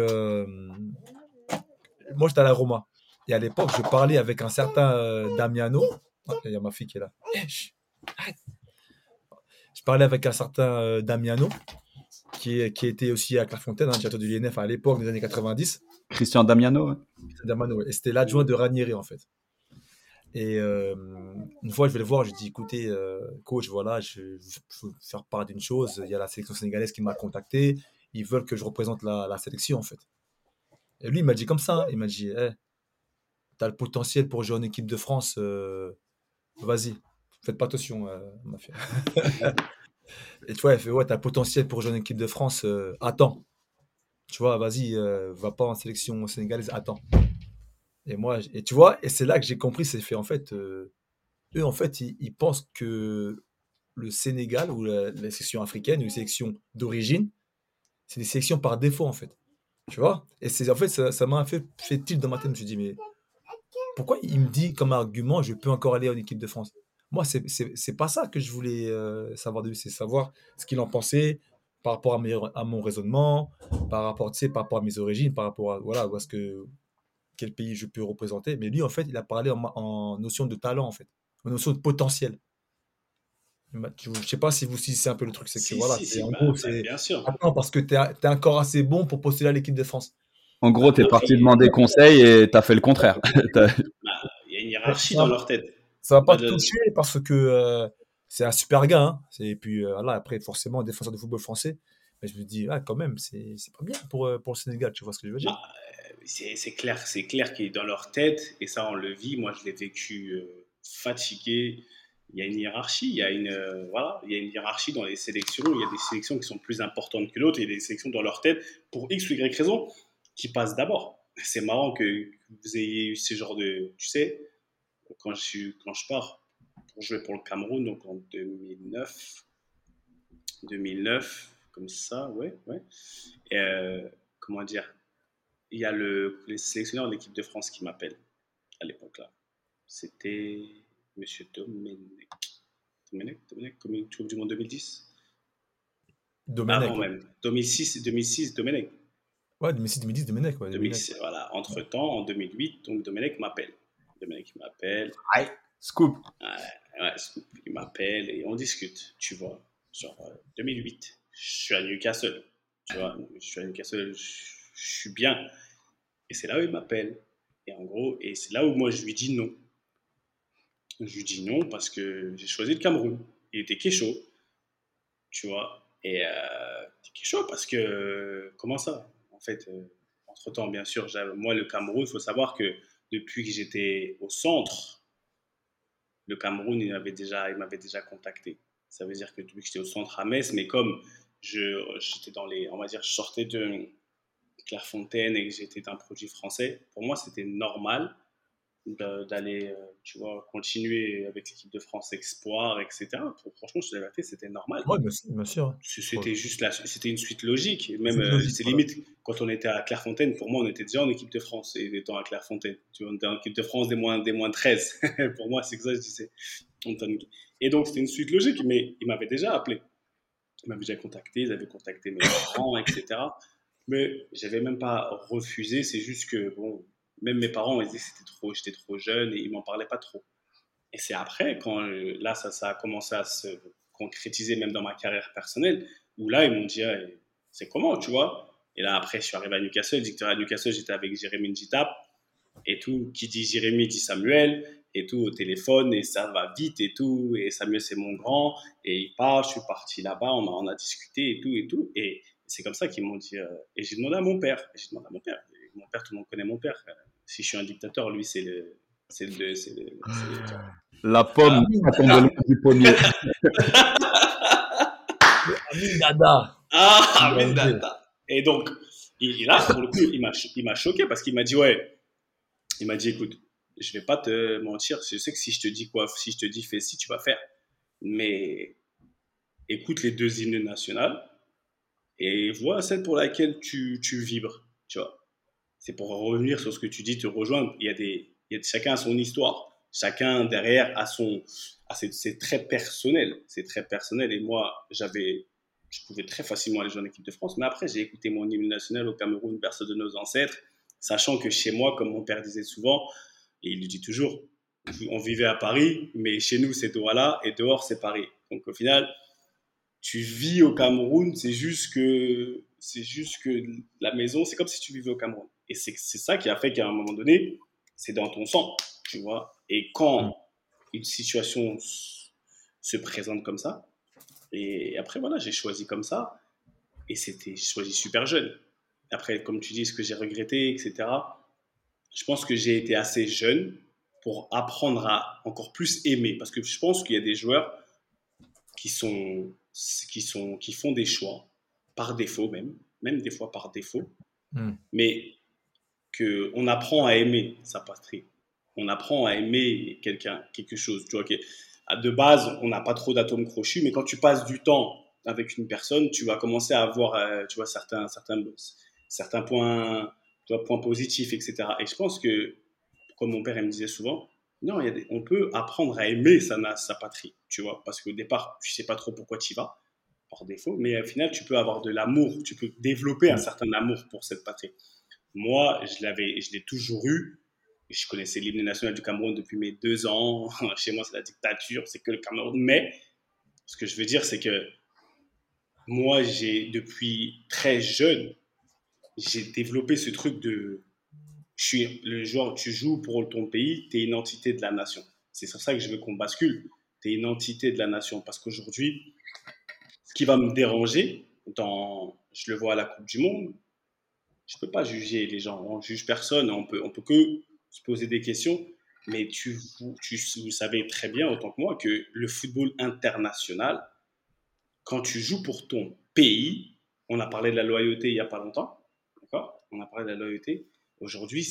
Moi, j'étais à la Roma. Et à l'époque, je parlais avec un certain Damiano. Ah, il y a ma fille qui est là. Chut, arrête. Je parlais avec un certain Damiano, qui était aussi à Clairefontaine, directeur du l'INF à l'époque des années 90.
Christian Damiano. Ouais.
Damiano, ouais. Et c'était l'adjoint de Ranieri, en fait. Et une fois, je vais le voir, je dis, écoutez, coach, voilà, je veux faire part d'une chose. Il y a la sélection sénégalaise qui m'a contacté. Ils veulent que je représente la sélection, en fait. Et lui, il m'a dit comme ça. Il m'a dit, hey, t'as le potentiel pour jouer en équipe de France. Vas-y. Faites pas attention, ma fille. Et tu vois, elle fait, ouais, t'as le potentiel pour rejoindre l'équipe de France, attends. Tu vois, vas-y, va pas en sélection sénégalaise, attends. Et tu vois, et c'est là que j'ai compris, c'est fait, en fait, eux, en fait, ils pensent que le Sénégal ou la sélection africaine ou les sélections d'origine, c'est des sélections par défaut, en fait. Tu vois? Et en fait, ça m'a fait tilt dans ma tête. Je me suis dit, mais pourquoi il me dit comme argument, je peux encore aller en équipe de France? Moi, c'est pas ça que je voulais savoir de lui, c'est savoir ce qu'il en pensait par rapport à mon raisonnement, par rapport, tu sais, par rapport à mes origines, par rapport à, voilà, où est-ce que, quel pays je peux représenter. Mais lui, en fait, il a parlé en notion de talent, en fait, en notion de potentiel. Je sais pas si si c'est un peu le truc, c'est que
Si,
voilà,
si,
c'est
si,
en gros,
bah,
c'est
bien sûr.
attends, parce que t'es encore assez bon pour postuler à l'équipe de France.
En gros, t'es
Après,
parti demander conseil et t'as fait le contraire.
bah, il y a une
Mais
hiérarchie dans leur tête.
ça va pas
Bah,
te toucher parce que c'est un super gars. Hein. Et puis voilà, après, forcément, défenseur de football français. Mais je me dis, ah, quand même, c'est pas bien pour le Sénégal, tu vois ce que je veux dire?
bah, c'est clair qu'il est dans leur tête, et ça, on le vit. Moi, je l'ai vécu fatigué. Il y a une hiérarchie, voilà, il y a une hiérarchie dans les sélections. Il y a des sélections qui sont plus importantes que d'autres, et il y a des sélections dans leur tête, pour X ou Y raison, qui passent d'abord. C'est marrant que vous ayez eu ce genre de. Tu sais, quand je pars pour jouer pour le Cameroun, donc en 2009, comme ça, ouais, ouais. Et, comment dire, il y a les sélectionneurs de l'équipe de France qui m'appellent à l'époque là. C'était Monsieur Domenech. Domenech, comme il trouve du monde 2010. Avant
Domenech, ouais.
même. 2006, Domenech.
Ouais, 2006-2010, Domenech, ouais, Domenech.
2006, voilà. Entre-temps, en 2008, donc Domenech m'appelle. Domenech m'appelle.
Aïe, scoop.
Ouais, ouais, il m'appelle et on discute, tu vois. Genre 2008, je suis à Newcastle, tu vois. Je suis à Newcastle, je suis bien. Et c'est là où il m'appelle. Et en gros, et c'est là où moi je lui dis non. Je lui dis non parce que j'ai choisi le Cameroun. Il était kécho, tu vois. Et il était kécho parce que, comment ça? En fait, entre-temps, bien sûr, moi, le Cameroun, il faut savoir que depuis que j'étais au centre, le Cameroun, il m'avait déjà contacté. Ça veut dire que depuis que j'étais au centre à Metz, mais comme j'étais on va dire, je sortais de Clairefontaine et que j'étais un produit français, pour moi, c'était normal d'aller, tu vois, continuer avec l'équipe de France Espoir, etc. Franchement, je te l'ai c'était normal.
Ouais, bien sûr. Ouais.
C'était juste c'était une suite logique. Même,
C'est logique,
c'est
voilà.
limite, quand on était à Clairefontaine, pour moi, on était déjà en équipe de France, et étant à Clairefontaine. Tu vois, on était en équipe de France des moins 13. Pour moi, c'est que ça, je disais. Et donc, c'était une suite logique, mais ils m'avaient déjà appelé. Ils m'avaient déjà contacté, ils avaient contacté mes parents, etc. Mais j'avais même pas refusé, c'est juste que, bon, même mes parents, ils disaient que j'étais trop jeune, et ils m'en parlaient pas trop. Et c'est après, quand là, ça a commencé à se concrétiser, même dans ma carrière personnelle, où là, ils m'ont dit, ah, c'est comment, tu vois? Et là, après, je suis arrivé à Newcastle. À Newcastle, j'étais avec Jérémy Njitap, et tout. Qui dit Jérémy dit Samuel, et tout, au téléphone, et ça va vite, et tout. Et Samuel, c'est mon grand, et il part, je suis parti là-bas, on a discuté, et tout, et tout. Et c'est comme ça qu'ils m'ont dit. Et j'ai demandé à mon père. Et mon père, tout le monde connaît mon père. Si je suis un dictateur, lui, c'est le.
La
Ah,
pomme a tombé loin du pommier.
Amin Dada.
ah,
Il a
Amin
osé.
Dada. Et donc, là, pour le coup, il m'a choqué parce qu'il m'a dit, ouais, il m'a dit, écoute, je vais pas te mentir, je sais que si je te dis quoi, si je te dis fais ci, tu vas faire. Mais écoute les deux hymnes nationales et vois celle pour laquelle tu vibres, tu vois. C'est pour revenir sur ce que tu dis, te rejoindre. Chacun a son histoire. Chacun derrière c'est très personnel. C'est très personnel. Et moi, je pouvais très facilement aller jouer en équipe de France. Mais après, j'ai écouté mon hymne national au Cameroun, berceau de nos ancêtres, sachant que chez moi, comme mon père disait souvent, et il le dit toujours, on vivait à Paris, mais chez nous, c'est Douala et dehors, c'est Paris. Donc au final, tu vis au Cameroun, c'est juste que la maison, c'est comme si tu vivais au Cameroun. Et c'est ça qui a fait qu'à un moment donné, c'est dans ton sang, tu vois. Et quand une situation se présente comme ça, et après voilà, j'ai choisi comme ça, et j'ai choisi super jeune. Après, comme tu dis, ce que j'ai regretté, etc. Je pense que j'ai été assez jeune pour apprendre à encore plus aimer. Parce que je pense qu'il y a des joueurs qui font des choix par défaut même des fois par défaut,
Hmm.
mais qu'on apprend à aimer sa patrie. On apprend à aimer quelque chose. Tu vois, de base, on n'a pas trop d'atomes crochus, mais quand tu passes du temps avec une personne, tu vas commencer à avoir tu vois, certains points, tu vois, points positifs, etc. Et je pense que, comme mon père il me disait souvent, non, on peut apprendre à aimer sa patrie, tu vois, parce qu'au départ, tu sais pas trop pourquoi tu y vas, par défaut, mais au final, tu peux avoir de l'amour, tu peux développer un certain amour pour cette patrie. Moi, je l'ai toujours eu. Je connaissais l'hymne national du Cameroun depuis mes 2 ans. Chez moi, c'est la dictature, c'est que le Cameroun. Mais ce que je veux dire, c'est que moi, depuis très jeune, j'ai développé ce truc de je suis le joueur, tu joues pour ton pays, tu es une entité de la nation. C'est sur ça que je veux qu'on bascule. Tu es une entité de la nation. Parce qu'aujourd'hui, ce qui va me déranger, je le vois à la Coupe du Monde, je ne peux pas juger les gens. On ne juge personne. On peut que se poser des questions. Mais vous savez très bien, autant que moi, que le football international, quand tu joues pour ton pays, on a parlé de la loyauté il n'y a pas longtemps. D'accord? On a parlé de la loyauté. Aujourd'hui,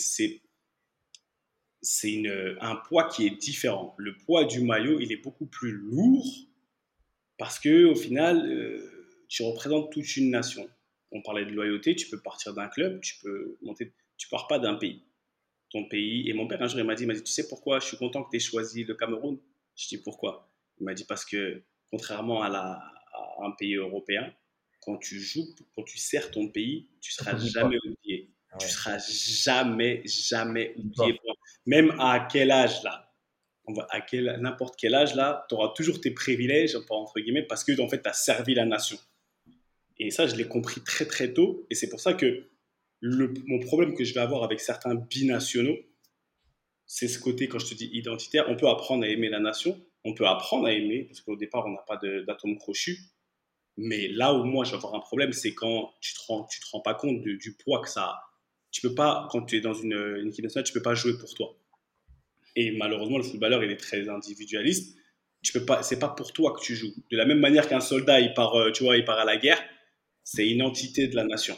c'est un poids qui est différent. Le poids du maillot, il est beaucoup plus lourd parce que au final, tu représentes toute une nation. On parlait de loyauté, tu peux partir d'un club, tu pars pas d'un pays. Ton pays. Et mon père un jour il m'a dit, tu sais pourquoi je suis content que tu aies choisi le Cameroun. Je dis pourquoi. Il m'a dit parce que contrairement à un pays européen, quand tu sers ton pays, tu seras
T'oublies pas.
jamais oublié. Tu
Ouais.
seras jamais, jamais
T'oublies pas.
oublié. Même à quel âge là, n'importe quel âge là, tu auras toujours tes privilèges, entre guillemets, parce que en fait, tu as servi la nation. Et ça, je l'ai compris très très tôt. Et c'est pour ça que mon problème que je vais avoir avec certains binationaux, c'est ce côté, quand je te dis identitaire, on peut apprendre à aimer la nation, on peut apprendre à aimer, parce qu'au départ, on n'a pas d'atome crochu. Mais là où moi, je vais avoir un problème, c'est quand tu te rends pas compte du poids que ça a. Tu peux pas, quand tu es dans une équipe nationale, tu peux pas jouer pour toi. Et malheureusement, le footballeur, il est très individualiste. Tu peux pas, c'est pas pour toi que tu joues. De la même manière qu'un soldat, tu vois, il part à la guerre, c'est une entité de la nation.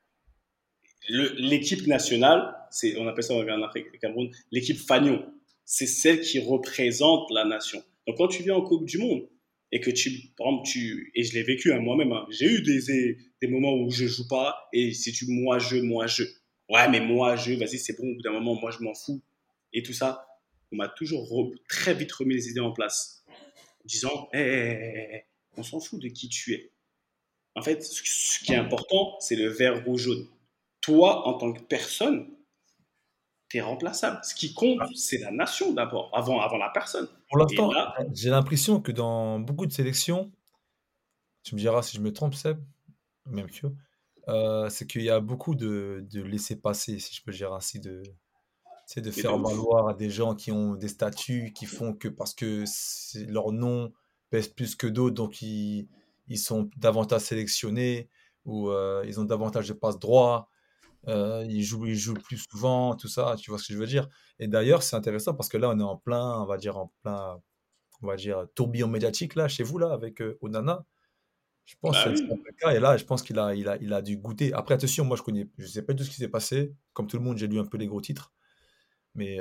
L'équipe nationale, on appelle ça en Afrique, au Cameroun, l'équipe fanion. C'est celle qui représente la nation. Donc quand tu viens en Coupe du Monde et que par exemple, et je l'ai vécu moi-même, hein, j'ai eu des moments où je joue pas et si moi je. Ouais, mais vas-y, c'est bon, au bout d'un moment, moi je m'en fous. Et tout ça, on m'a toujours très vite remis les idées en place, en disant, on s'en fout de qui tu es. En fait, ce qui est important, c'est le vert, rouge, jaune. Toi, en tant que personne, tu es remplaçable. Ce qui compte, c'est la nation d'abord, avant la personne.
Pour
Et
l'instant,
là,
j'ai l'impression que dans beaucoup de sélections, tu me diras si je me trompe, Seb, même que, c'est qu'il y a beaucoup de laisser-passer, si je peux dire ainsi, de
mais de
faire
ouf.
valoir à des gens qui ont des statuts, qui font que parce que leur nom pèse plus que d'autres, donc ils sont davantage sélectionnés ou ils ont davantage de passe droit, ils jouent plus souvent, tout ça, tu vois ce que je veux dire. Et d'ailleurs, c'est intéressant parce que là, on est on va dire, tourbillon médiatique là, chez vous là, avec Onana. Je pense
Bah
que c'est un
oui.
peu le cas. Et là, je pense il a dû goûter. Après, attention, moi, je sais pas tout ce qui s'est passé. Comme tout le monde, j'ai lu un peu les gros titres. Mais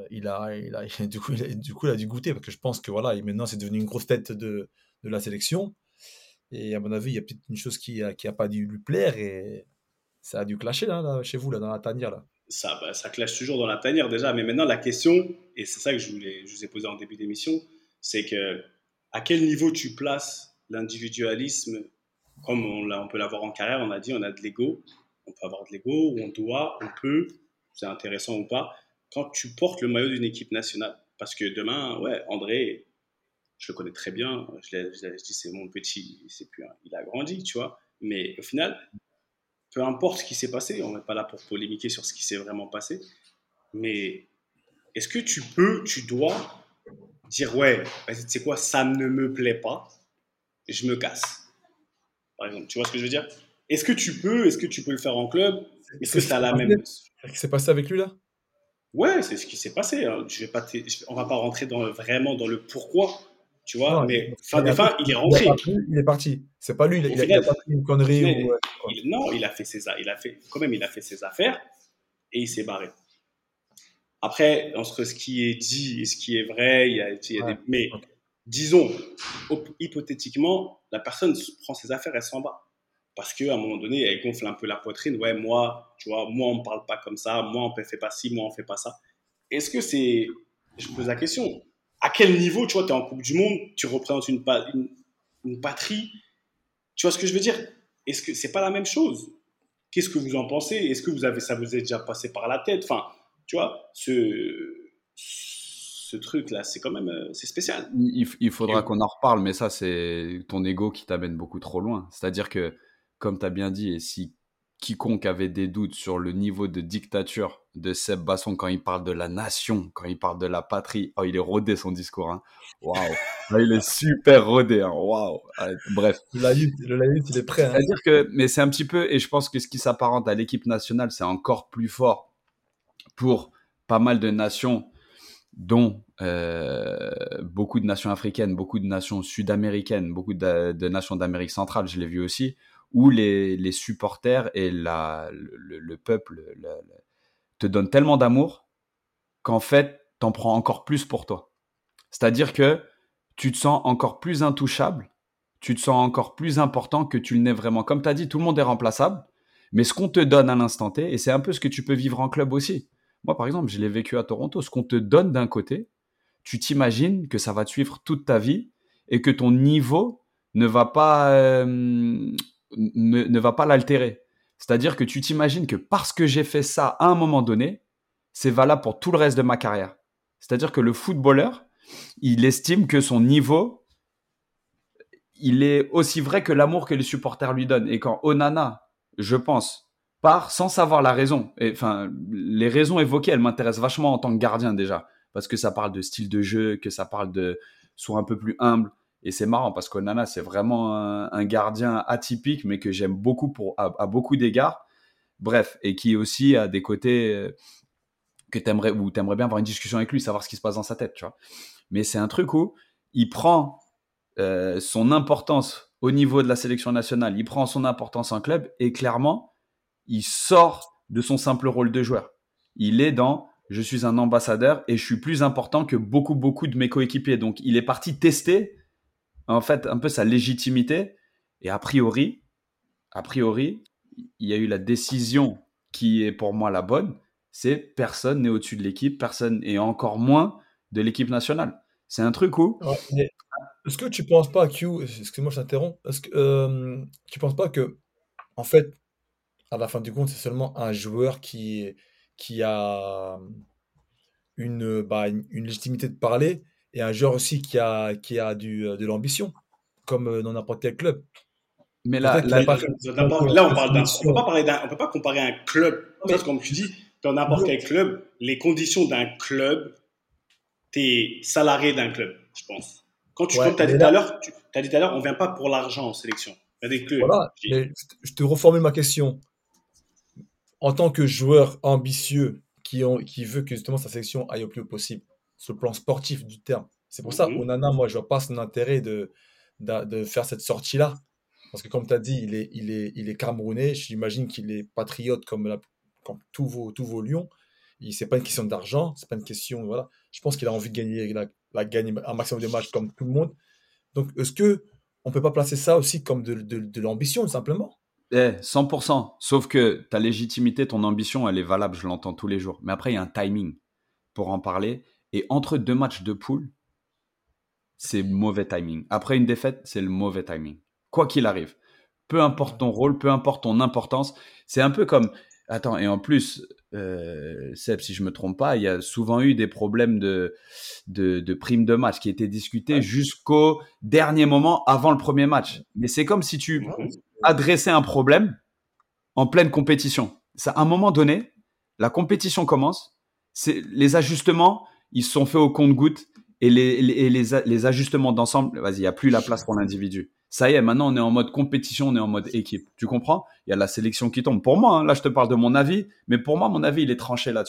du coup, il a dû goûter parce que je pense que voilà, maintenant, c'est devenu une grosse tête de la sélection. Et à mon avis, il y a peut-être une chose qui a pas dû lui plaire et ça a dû clasher là, chez vous, là, dans la tanière là.
Ça clash toujours dans la tanière déjà. Mais maintenant, la question, et c'est ça que je vous ai posé en début d'émission, c'est que à quel niveau tu places l'individualisme, comme on peut l'avoir en carrière, on a dit, on a de l'ego, on peut avoir de l'ego, ou on doit, on peut, c'est intéressant ou pas, quand tu portes le maillot d'une équipe nationale. Parce que demain, ouais, André, je le connais très bien, je dis c'est mon petit, c'est plus, il a grandi, tu vois. Mais au final, peu importe ce qui s'est passé, on n'est pas là pour polémiquer sur ce qui s'est vraiment passé, mais est-ce que tu dois dire, ouais, vas-y, tu sais quoi, ça ne me plaît pas, je me casse, par exemple. Tu vois ce que je veux dire? Est-ce que tu peux le faire en club? Est-ce
C'est
que
ce qui
ça a
s'est
la
passé?
même.
C'est ce qui s'est passé avec lui là?
Ouais, c'est ce qui s'est passé. Hein. On va pas rentrer vraiment dans le pourquoi, tu vois,
Non,
mais fin
il y a
des
un truc,
fins, il est
il a
rentré.
pas plu, il est parti. C'est pas lui,
Au
il a
final,
pas fait une
au
connerie
final,
ou quoi.
non, il a fait ses affaires et il s'est barré. Après, entre ce qui est dit et ce qui est vrai, il y a
Ouais.
mais
Ok.
disons, hypothétiquement, la personne prend ses affaires, elle s'en va. Parce qu'à un moment donné, elle gonfle un peu la poitrine. Ouais, moi, tu vois, moi, on me parle pas comme ça. Moi, on ne fait pas ci, moi, on fait pas ça. Est-ce que c'est. Je me pose la question. À quel niveau, tu vois, tu es en Coupe du Monde, tu représentes une patrie. Tu vois ce que je veux dire? Est-ce que c'est pas la même chose? Qu'est-ce que vous en pensez? Est-ce que ça vous est déjà passé par la tête? Enfin, tu vois, ce truc-là, c'est quand même c'est spécial.
Il faudra
Et-
qu'on en reparle, mais ça, c'est ton ego qui t'amène beaucoup trop loin. C'est-à-dire que, comme tu as bien dit, et si quiconque avait des doutes sur le niveau de dictature de Seb Basson quand il parle de la nation, quand il parle de la patrie, oh, il est rodé son discours, hein. Waouh. Ah, il est super rodé, hein. Waouh. Ah, bref.
Le laïus, il est prêt, hein.
C'est-à-dire que, mais c'est un petit peu, et je pense que ce qui s'apparente à l'équipe nationale, c'est encore plus fort pour pas mal de nations dont beaucoup de nations africaines, beaucoup de nations sud-américaines, beaucoup de nations d'Amérique centrale, je l'ai vu aussi, où les supporters et le peuple te donnent tellement d'amour qu'en fait, t'en prends encore plus pour toi. C'est-à-dire que tu te sens encore plus intouchable, tu te sens encore plus important que tu le n'es vraiment. Comme tu as dit, tout le monde est remplaçable, mais ce qu'on te donne à l'instant T, et c'est un peu ce que tu peux vivre en club aussi. Moi, par exemple, je l'ai vécu à Toronto. Ce qu'on te donne d'un côté, tu t'imagines que ça va te suivre toute ta vie et que ton niveau ne va pas, ne va pas l'altérer. C'est-à-dire que tu t'imagines que parce que j'ai fait ça à un moment donné, c'est valable pour tout le reste de ma carrière. C'est-à-dire que le footballeur, il estime que son niveau, il est aussi vrai que l'amour que les supporters lui donnent. Et quand Onana, je pense, part sans savoir la raison, et, enfin, les raisons évoquées, elles m'intéressent vachement en tant que gardien déjà, parce que ça parle de style de jeu, que ça parle de soit un peu plus humble. Et c'est marrant parce qu'Onana, c'est vraiment un gardien atypique, mais que j'aime beaucoup à beaucoup d'égards. Bref, et qui aussi a des côtés que t'aimerais, ou t'aimerais bien avoir une discussion avec lui, savoir ce qui se passe dans sa tête, tu vois. Mais c'est un truc où il prend son importance au niveau de la sélection nationale, il prend son importance en club et clairement, il sort de son simple rôle de joueur. Il est dans je suis un ambassadeur et je suis plus important que beaucoup de mes coéquipiers. Donc, il est parti tester en fait un peu sa légitimité et a priori, il y a eu la décision qui est pour moi la bonne, c'est personne n'est au-dessus de l'équipe, personne et encore moins de l'équipe nationale. C'est un truc où
Ouais, mais est-ce que tu penses pas, Q, excuse-moi, je t'interromps, est-ce que tu penses pas que, en fait, à la fin du compte, c'est seulement un joueur qui a une légitimité de parler et un joueur aussi qui a de l'ambition, comme dans n'importe quel club.
mais
Peut-être qu'il n'a
Oui,
pas fait
là,
de
on peut
sélection.
pas on peut pas comparer un club.
Non,
Ça,
mais
c'est comme tu dis, dans n'importe
disons,
quel club, les conditions d'un club, t'es salarié d'un club, je pense.
ouais,
Comme tu as dit
mais
tout à
là,
l'heure, on vient pas pour l'argent en sélection. Il y a des clubs.
voilà, mais je te reformule ma question. En tant que joueur ambitieux qui veut que justement sa sélection aille au plus haut possible, sur le plan sportif du terme. C'est pour ça,
Mhm,
Onana, moi, je vois pas son intérêt de faire cette sortie-là. Parce que comme tu as dit, il est Camerounais. J'imagine qu'il est patriote comme tous vos lions. C'est pas une question d'argent, c'est pas une question. Voilà. Je pense qu'il a envie de gagner un maximum de matchs comme tout le monde. Donc, est-ce que on peut pas placer ça aussi comme de l'ambition, tout simplement?
100%. Sauf que ta légitimité, ton ambition, elle est valable, je l'entends tous les jours. Mais après, il y a un timing pour en parler. Et entre deux matchs de poule, c'est mauvais timing. Après une défaite, c'est le mauvais timing. Quoi qu'il arrive. Peu importe
Ouais.
ton rôle, peu importe ton importance. C'est un peu comme... Attends, et en plus, Seb, si je me trompe pas, il y a souvent eu des problèmes de primes de match qui étaient discutés
Ouais.
jusqu'au dernier moment avant le premier match. Mais c'est comme si tu
Ouais.
mhm.
adressais un problème en pleine compétition. Ça, à un moment donné, la compétition commence, les ajustements, ils sont faits au compte-gouttes et les ajustements d'ensemble, vas-y, il n'y a plus la place pour l'individu. Ça y est, maintenant on est en mode compétition, on est en mode équipe. Tu comprends? Il y a la sélection qui tombe. Pour moi, hein, là je te parle de mon avis, mais pour moi, mon avis, il est tranché là-dessus.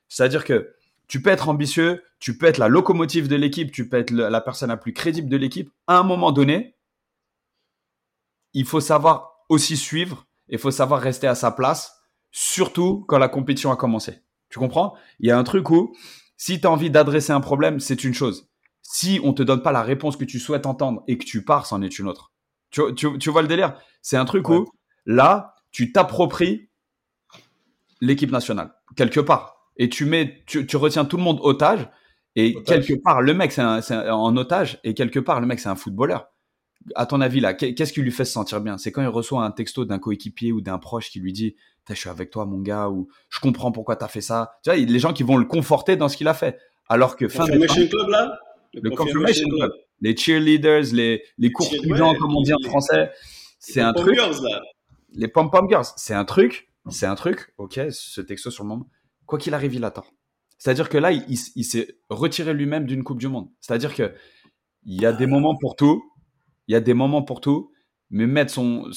C'est-à-dire que tu peux être ambitieux, tu peux être la locomotive de l'équipe, tu peux être la personne la plus crédible de l'équipe. À un moment donné, il faut savoir aussi suivre, il faut savoir rester à sa place, surtout quand la compétition a commencé. Tu comprends? Il y a un truc où, si tu as envie d'adresser un problème, c'est une chose. Si on te donne pas la réponse que tu souhaites entendre et que tu pars, c'en est une autre. Tu vois le délire? C'est un truc où, là, tu t'appropries l'équipe nationale, quelque part. Et tu retiens tout le monde otage. Et quelque part, le mec, c'est en otage. Et quelque part, le mec, c'est un footballeur. À ton avis, là, qu'est-ce qui lui fait se sentir bien? C'est quand il reçoit un texto d'un coéquipier ou d'un proche qui lui dit « Je suis avec toi, mon gars » ou « Je comprends pourquoi tu as fait ça ». Tu vois, il y a les gens qui vont le conforter dans ce qu'il a fait. Alors que fin des fins,
Club, là
le Confirmation Club, les cheerleaders, les courtisans, comme on dit en français, c'est un truc. Les pom-pom girls, c'est un truc. Ok, ce texto sur le moment. Quoi qu'il arrive, il a tort. C'est-à-dire que là, il s'est retiré lui-même d'une Coupe du Monde. C'est-à-dire que il y a des moments pour tout. Il y a des moments pour tout, mais mettre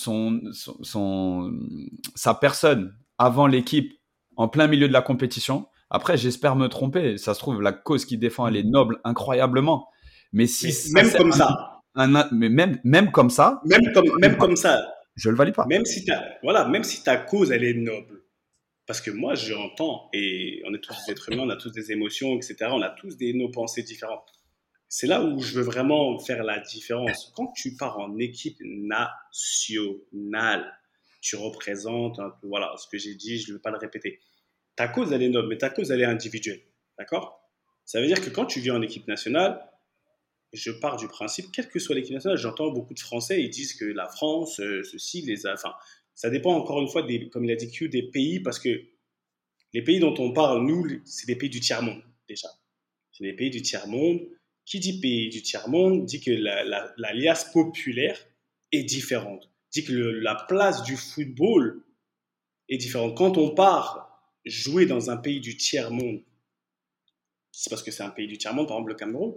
sa personne avant l'équipe en plein milieu de la compétition. Après, j'espère me tromper. Ça se trouve, la cause qu'il défend, elle est noble incroyablement. Mais si
même comme ça,
mais même comme ça,
même comme ça,
je le valide pas.
Même si ta cause elle est noble, parce que moi j'entends et on est tous des êtres humains, on a tous des émotions, etc. On a tous nos pensées différentes. C'est là où je veux vraiment faire la différence. Quand tu pars en équipe nationale, tu représentes un peu, voilà, ce que j'ai dit, je ne veux pas le répéter. Ta cause, elle est noble, mais ta cause, elle est individuelle. D'accord? Ça veut dire que quand tu viens en équipe nationale, je pars du principe, quelle que soit l'équipe nationale, j'entends beaucoup de Français, ils disent que la France, ceci, enfin, ça dépend encore une fois, comme il a dit Q, des pays, parce que les pays dont on parle, nous, c'est des pays du tiers-monde, déjà. C'est des pays du tiers-monde. Qui dit pays du tiers-monde dit que la liasse populaire est différente, dit que la place du football est différente. Quand on part jouer dans un pays du tiers-monde, c'est parce que c'est un pays du tiers-monde, par exemple le Cameroun,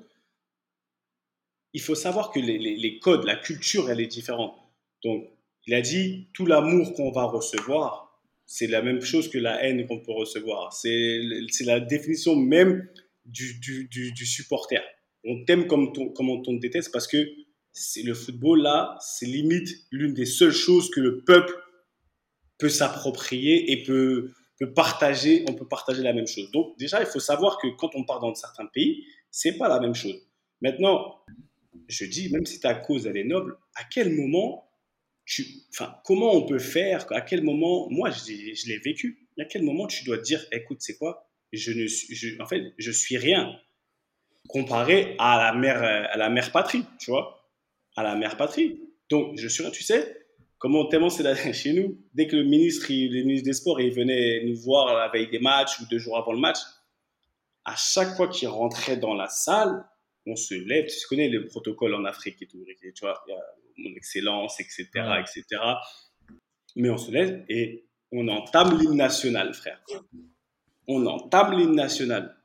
il faut savoir que les codes, la culture, elle est différente. Donc, il a dit, tout l'amour qu'on va recevoir, c'est la même chose que la haine qu'on peut recevoir. C'est la définition même du supporter. On t'aime comme on te déteste parce que le football, là, c'est limite l'une des seules choses que le peuple peut s'approprier et peut partager. On peut partager la même chose. Donc, déjà, il faut savoir que quand on part dans certains pays, c'est pas la même chose. Maintenant, je dis, même si ta cause, elle est noble, à quel moment comment on peut faire, à quel moment, moi, je l'ai vécu, à quel moment tu dois te dire, écoute, c'est quoi, en fait, je suis rien comparé à la mère patrie, tu vois, à la mère patrie. Donc, je suis rien, tu sais, tellement c'est là chez nous, dès que le ministre des Sports, il venait nous voir la veille des matchs ou 2 jours avant le match, à chaque fois qu'il rentrait dans la salle, on se lève, tu connais le protocole en Afrique et tout, tu vois, il y a mon excellence, etc., etc. Mais on se lève et on entame l'hymne national, frère. On entame l'hymne national.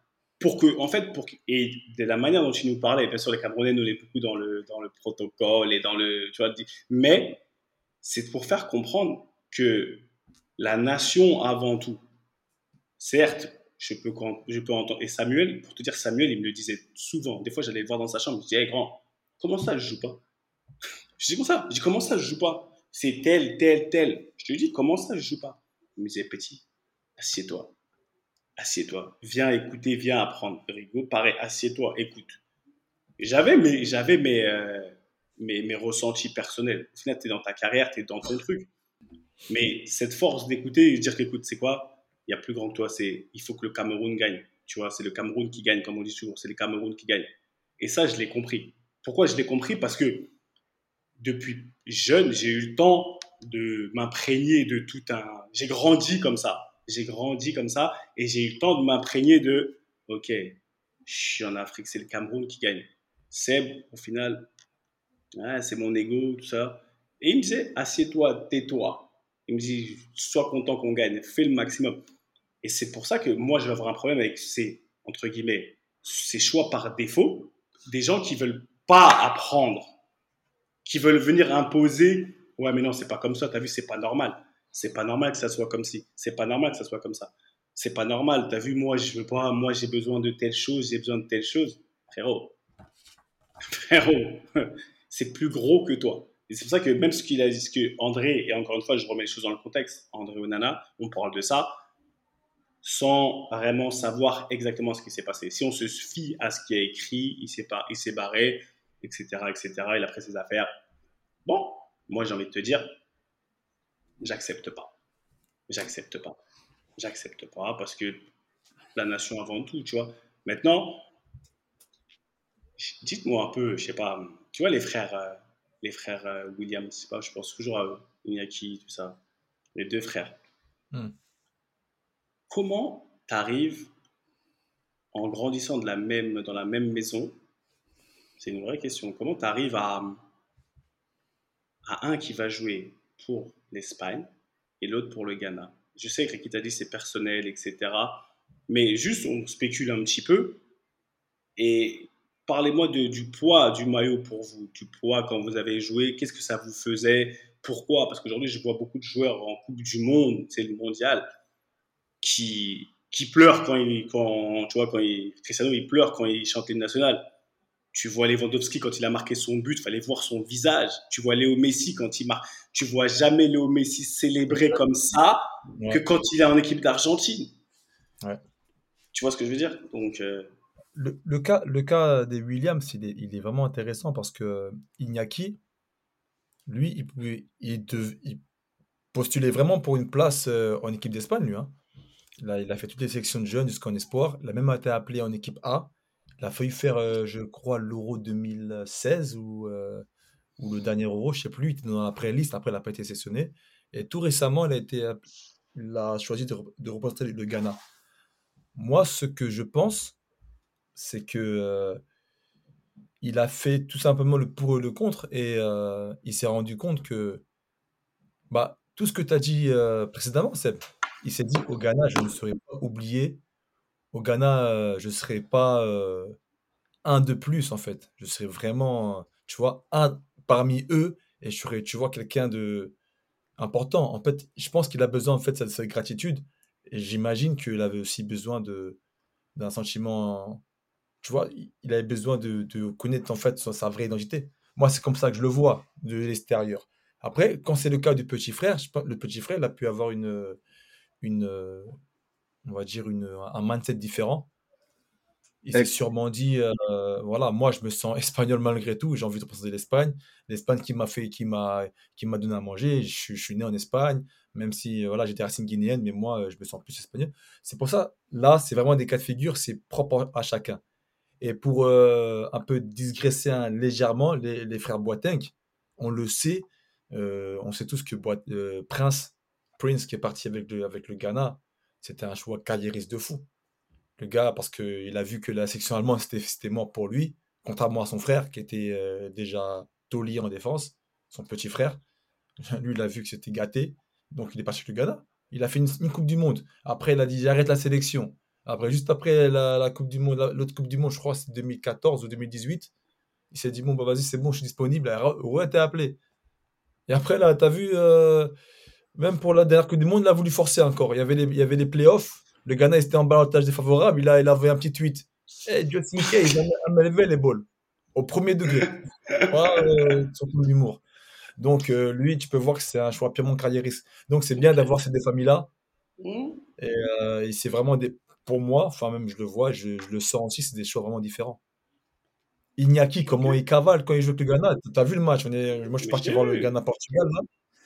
Et de la manière dont tu nous parlais, bien sûr, les Camerounais, nous, on est beaucoup dans le protocole et dans le, tu vois, mais c'est pour faire comprendre que la nation avant tout, certes, je peux entendre. Et Samuel, pour te dire, Samuel, il me le disait souvent. Des fois, j'allais le voir dans sa chambre. Je disais, hey, grand, comment ça, je joue pas? Je dis, comment ça, je joue pas? C'est tel, tel, tel. Je te dis, comment ça, je joue pas? Il me disait, petit, assieds-toi. Assieds-toi. Viens écouter, viens apprendre. Rigo, pareil, assieds-toi, écoute. J'avais mes ressentis personnels. Au final, tu es dans ta carrière, tu es dans ton truc. Mais cette force d'écouter et de dire qu'écoute, c'est quoi? Il y a plus grand que toi, il faut que le Cameroun gagne. Tu vois, c'est le Cameroun qui gagne, comme on dit toujours, c'est le Cameroun qui gagne. Et ça, je l'ai compris. Pourquoi je l'ai compris? Parce que depuis jeune, j'ai eu le temps de m'imprégner de tout un. J'ai grandi comme ça. Et j'ai eu le temps de m'imprégner de ok, je suis en Afrique, c'est le Cameroun qui gagne. Seb, au final, c'est mon ego, tout ça. Et il me disait, assieds-toi, tais-toi. Il me dit, sois content qu'on gagne, fais le maximum. Et c'est pour ça que moi, je vais avoir un problème avec entre guillemets, ces choix par défaut, des gens qui veulent pas apprendre, qui veulent venir imposer. Ouais, mais non, c'est pas comme ça, t'as vu, c'est pas normal. C'est pas normal que ça soit comme ci, c'est pas normal que ça soit comme ça. c'est pas normal. T'as vu, moi, je veux pas, moi, j'ai besoin de telle chose, j'ai besoin de telle chose. Frérot, frérot, c'est plus gros que toi. Et c'est pour ça que même ce qu'il a dit, ce que André, et encore une fois, je remets les choses dans le contexte, André Onana, on parle de ça sans vraiment savoir exactement ce qui s'est passé. Si on se fie à ce qui est écrit, il s'est barré, etc., etc., il a pris ses affaires. Bon, moi, j'ai envie de te dire, j'accepte pas. J'accepte pas. J'accepte pas parce que la nation avant tout, tu vois. Maintenant, dites-moi un peu, je sais pas, tu vois les frères Williams, je sais pas, je pense toujours à eux, Iñaki, tout ça, les deux frères.
Hmm.
Comment t'arrives en grandissant dans la même maison? C'est une vraie question. Comment t'arrives à un qui va jouer pour l'Espagne et l'autre pour le Ghana? Je sais que qui t'a dit c'est personnel, etc. Mais juste, on spécule un petit peu. Et parlez-moi du poids du maillot pour vous, du poids quand vous avez joué, qu'est-ce que ça vous faisait, pourquoi? Parce qu'aujourd'hui, je vois beaucoup de joueurs en Coupe du Monde, c'est le mondial, qui pleurent tu vois, Cristiano, il pleure quand il chante l'hymne national. Tu vois Lewandowski quand il a marqué son but, il fallait voir son visage. Tu vois Léo Messi quand il marque. Tu vois jamais Léo Messi célébrer comme ça que
Ouais.
quand il est en équipe d'Argentine.
Ouais.
Tu vois ce que je veux dire? Donc,
Le cas des Williams, il est vraiment intéressant parce que Iñaki, lui, il postulait vraiment pour une place en équipe d'Espagne, lui, hein. Il a fait toutes les sélections de jeunes jusqu'en espoir. Il a même été appelé en équipe A. Il a failli faire, je crois, l'Euro 2016 ou le dernier Euro, je sais plus. Il était dans la pré-liste, après il n'a pas été sélectionné. Et tout récemment, il a choisi de représenter le Ghana. Moi, ce que je pense, c'est que il a fait tout simplement le pour et le contre et il s'est rendu compte que bah, tout ce que tu as dit précédemment, il s'est dit au Ghana, je ne serai pas oublié. Au Ghana, je ne serai pas un de plus en fait. Je serai vraiment, tu vois, un parmi eux et je serai, tu vois, quelqu'un de important. En fait, je pense qu'il a besoin en fait de cette gratitude et j'imagine qu'il avait aussi besoin d'un sentiment. Tu vois, il avait besoin de connaître en fait sa vraie identité. Moi, c'est comme ça que je le vois de l'extérieur. Après, quand c'est le cas du petit frère, le petit frère, il a pu avoir une on va dire, un mindset différent. Il s'est
Et-
sûrement dit, voilà, moi, je me sens espagnol malgré tout, j'ai envie de représenter l'Espagne. L'Espagne qui m'a donné à manger. Je suis né en Espagne, même si, voilà, j'ai des racines guinéennes, mais moi, je me sens plus espagnol. C'est pour ça, là, c'est vraiment des cas de figure, c'est propre à chacun. Et pour un peu digresser légèrement, les frères Boateng, on le sait, on sait tous que Prince, qui est parti avec le Ghana, c'était un choix carriériste de fou. Le gars, parce qu'il a vu que la section allemande, c'était mort pour lui, contrairement à son frère, qui était déjà taulier en défense, son petit frère. Lui, il a vu que c'était gâté, donc il est parti avec le Ghana. Il a fait une Coupe du Monde. Après, il a dit j'arrête la sélection. Après, juste après la Coupe du Monde, l'autre Coupe du Monde, je crois, c'est 2014 ou 2018. Il s'est dit bon, bah vas-y, c'est bon, je suis disponible. Ouais, t'es appelé. Et après, là, t'as vu, même pour la dernière Coupe du Monde, il a voulu forcer encore. Il y avait les playoffs. Le Ghana était en balotage défavorable. Il avait un petit tweet. Hey, just in case, I'm available. Au premier degré. Pas sur tout l'humour. Donc, lui, tu peux voir que c'est un choix purement carriériste. Donc, c'est bien
ok.
d'avoir ces deux familles-là.
Hmm.
Et c'est vraiment pour moi, enfin, même je le vois, je le sens aussi, c'est des choix vraiment différents. Iñaki,
Ok.
comment il cavale quand il joue avec le Ghana? T'as vu le match? Moi, je suis
Mais je
parti
l'ai
voir le
vu.
Ghana-Portugal, là.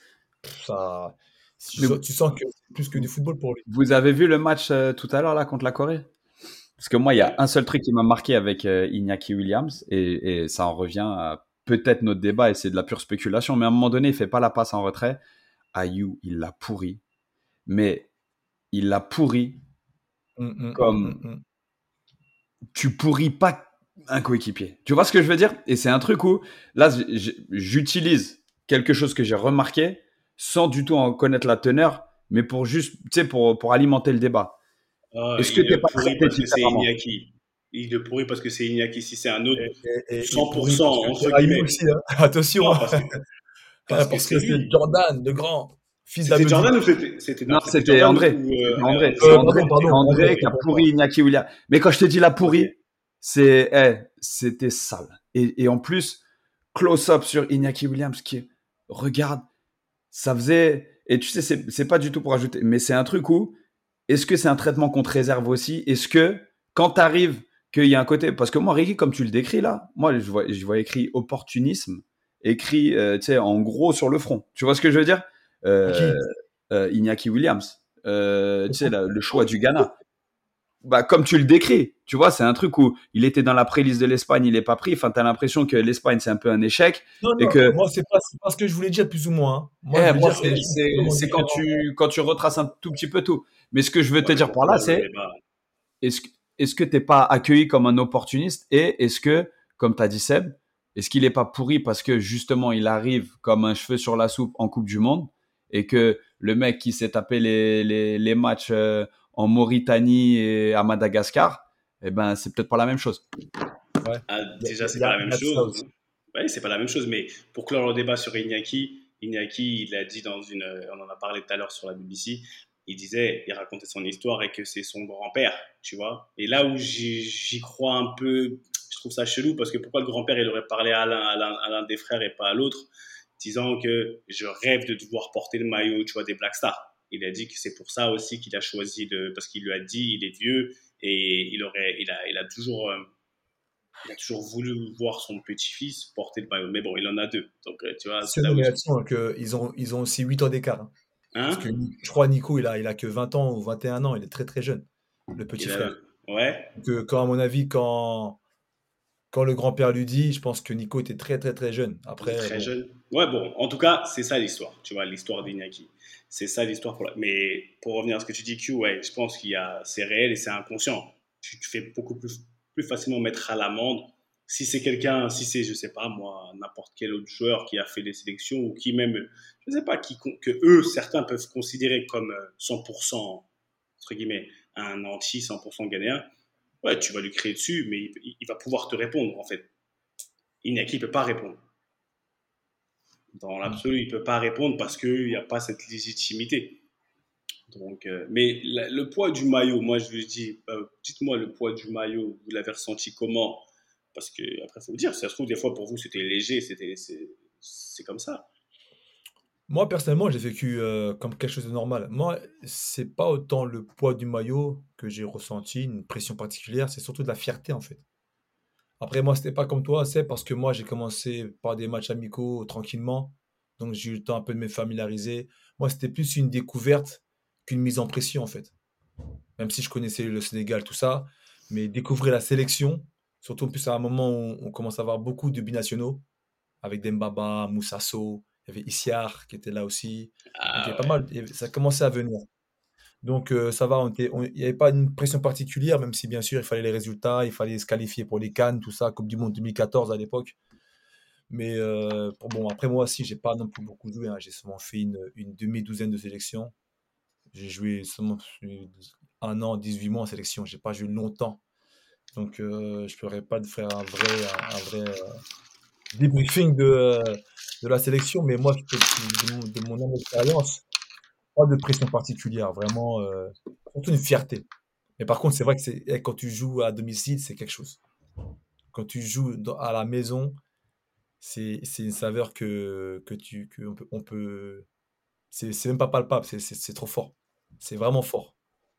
Ça,
mais
tu sens que c'est plus que du football pour lui.
vous avez vu le match tout à l'heure là contre la Corée? Parce que moi, il y a
Ouais.
un seul truc qui m'a marqué avec Iñaki Williams, et ça en revient à peut-être notre débat, et c'est de la pure spéculation, mais à un moment donné, il fait pas la passe en retrait. Ayou, il l'a pourri, mais il l'a pourri comme tu pourris pas un coéquipier. Tu vois ce que je veux dire? Et c'est un truc où, là, j'utilise quelque chose que j'ai remarqué sans du tout en connaître la teneur, mais pour juste, tu sais, pour alimenter le débat.
Ah,
Est-ce que
il
t'es
le
pas
pourrit
traité
parce que c'est
différemment?
Iñaki. Il le pourrit parce que c'est Iñaki. Si c'est un autre,
Et pourri
100%,
parce que c'est
entre
Ayou
guillemets.
aussi, hein. Attention,
Non,
hein.
parce que
Parce
c'est
que c'est
lui.
Jordan, le grand. fils
C'était
d'Abedi.
Jordan ou c'était
Non,
c'était
c'était
Jordan
André.
ou
C'était André. C'est
Pardon,
André qui a pourri Iñaki Williams. Mais quand je te dis la
ok.
pourrie, c'était sale. Et en plus, close-up sur Iñaki Williams qui regarde, ça faisait. Et tu sais, c'est pas du tout pour ajouter, mais c'est un truc où est-ce que c'est un traitement qu'on te réserve aussi? Est-ce que quand t'arrives, qu'il y a un côté. Parce que moi, Ricky, comme tu le décris là, moi, je vois écrit opportunisme, écrit, tu sais, en gros sur le front. Tu vois ce que je veux dire? Euh,
Qui?
Iñaki Williams. Tu sais, le choix du Ghana. Bah, comme tu le décris, tu vois, c'est un truc où il était dans la pré-liste de l'Espagne, il n'est pas pris. Enfin, tu as l'impression que l'Espagne, c'est un peu un échec.
Non,
Et
non,
que,
moi, c'est pas ce que je voulais dire, plus ou moins, hein. Moi, je voulais
moi,
dire, c'est vraiment
c'est
différent.
quand tu retraces un tout petit peu tout. Mais ce que je veux te
Ouais, mais
dire
pour
par là,
clore le
c'est
débat.
est-ce, est-ce que tu n'es pas accueilli comme un opportuniste et est-ce que, comme tu as dit Seb, est-ce qu'il n'est pas pourri parce que justement, il arrive comme un cheveu sur la soupe en Coupe du Monde et que le mec qui s'est tapé les matchs en Mauritanie et à Madagascar, eh ben, c'est peut-être pas la même chose.
Ouais.
Ah,
Il y a,
déjà, c'est
il y
pas
a-
la même
il y a de ça
chose.
aussi.
Oui, c'est pas la même chose. Mais pour clore le débat sur Iñaki, il a dit on en a parlé tout à l'heure sur la BBC, il racontait son histoire et que c'est son grand-père, tu vois. Et là où j'y crois un peu, je trouve ça chelou parce que pourquoi le grand-père, il aurait parlé à l'un des frères et pas à l'autre, disant que je rêve de devoir porter le maillot, tu vois, des Black Stars. Il a dit que c'est pour ça aussi qu'il a choisi parce qu'il lui a dit, il est vieux et il a toujours voulu voir son petit-fils porter le maillot. Mais bon, il en a deux. Donc, tu vois, c'est
C'est
là
non,
où
mais
je...
attention, ils ont aussi 8 ans d'écart, hein. Parce que
Hein?
je crois Nico, il a que 20 ans ou 21 ans, il est très très jeune, le petit
Il a...
frère.
Ouais,
Donc, à mon avis, quand le grand-père lui dit, je pense que Nico était très très très jeune.
il est
Après,
très
bon,
jeune. Ouais, bon, en tout cas, c'est ça l'histoire. Tu vois, l'histoire d'Iñaki. C'est ça l'histoire Mais pour revenir à ce que tu dis, Q, ouais, je pense c'est réel et c'est inconscient. Tu te fais beaucoup plus facilement mettre à l'amende si c'est, je sais pas moi, n'importe quel autre joueur qui a fait des sélections ou qui même, je sais pas, que eux, certains peuvent considérer comme 100%, entre guillemets, un anti 100% ghanéen. Ouais, tu vas lui créer dessus, mais il va pouvoir te répondre, en fait. Iñaki ne peut pas répondre. Dans
hmm.
l'absolu, il ne peut pas répondre parce qu'il n'y a pas cette légitimité. Donc, mais le poids du maillot, moi je lui dis, dites-moi le poids du maillot, vous l'avez ressenti comment? Parce que après, il faut vous dire, ça se trouve des fois pour vous c'était léger, c'est comme ça.
Moi personnellement, j'ai vécu comme quelque chose de normal. Moi, c'est pas autant le poids du maillot que j'ai ressenti, une pression particulière, c'est surtout de la fierté en fait. Après, moi, c'était pas comme toi, c'est parce que moi, j'ai commencé par des matchs amicaux tranquillement. Donc, j'ai eu le temps un peu de me familiariser. Moi, c'était plus une découverte qu'une mise en pression, en fait. Même si je connaissais le Sénégal, tout ça. Mais découvrir la sélection, surtout en plus à un moment où on commence à avoir beaucoup de binationaux, avec Dembaba, Moussasso, il y avait Issiar qui était là aussi. Donc, il y avait
Ah
pas
ouais.
mal, ça commençait à venir. Donc ça va, il n'y avait pas une pression particulière, même si bien sûr il fallait les résultats, il fallait se qualifier pour les CAN, tout ça, Coupe du Monde 2014 à l'époque. Mais bon, après moi aussi, j'ai pas non plus beaucoup joué, hein. J'ai seulement fait une demi-douzaine de sélections. J'ai joué seulement un an, 18 mois en sélection. J'ai pas joué longtemps. Donc je ne pourrais pas te faire un vrai débriefing de la sélection. Mais moi, de mon âme d'expérience, pas de pression particulière. Vraiment, surtout une fierté. Mais par contre, c'est vrai que quand tu joues à domicile, c'est quelque chose. Quand tu joues à la maison, c'est une saveur on peut c'est même pas palpable, c'est trop fort. C'est vraiment fort.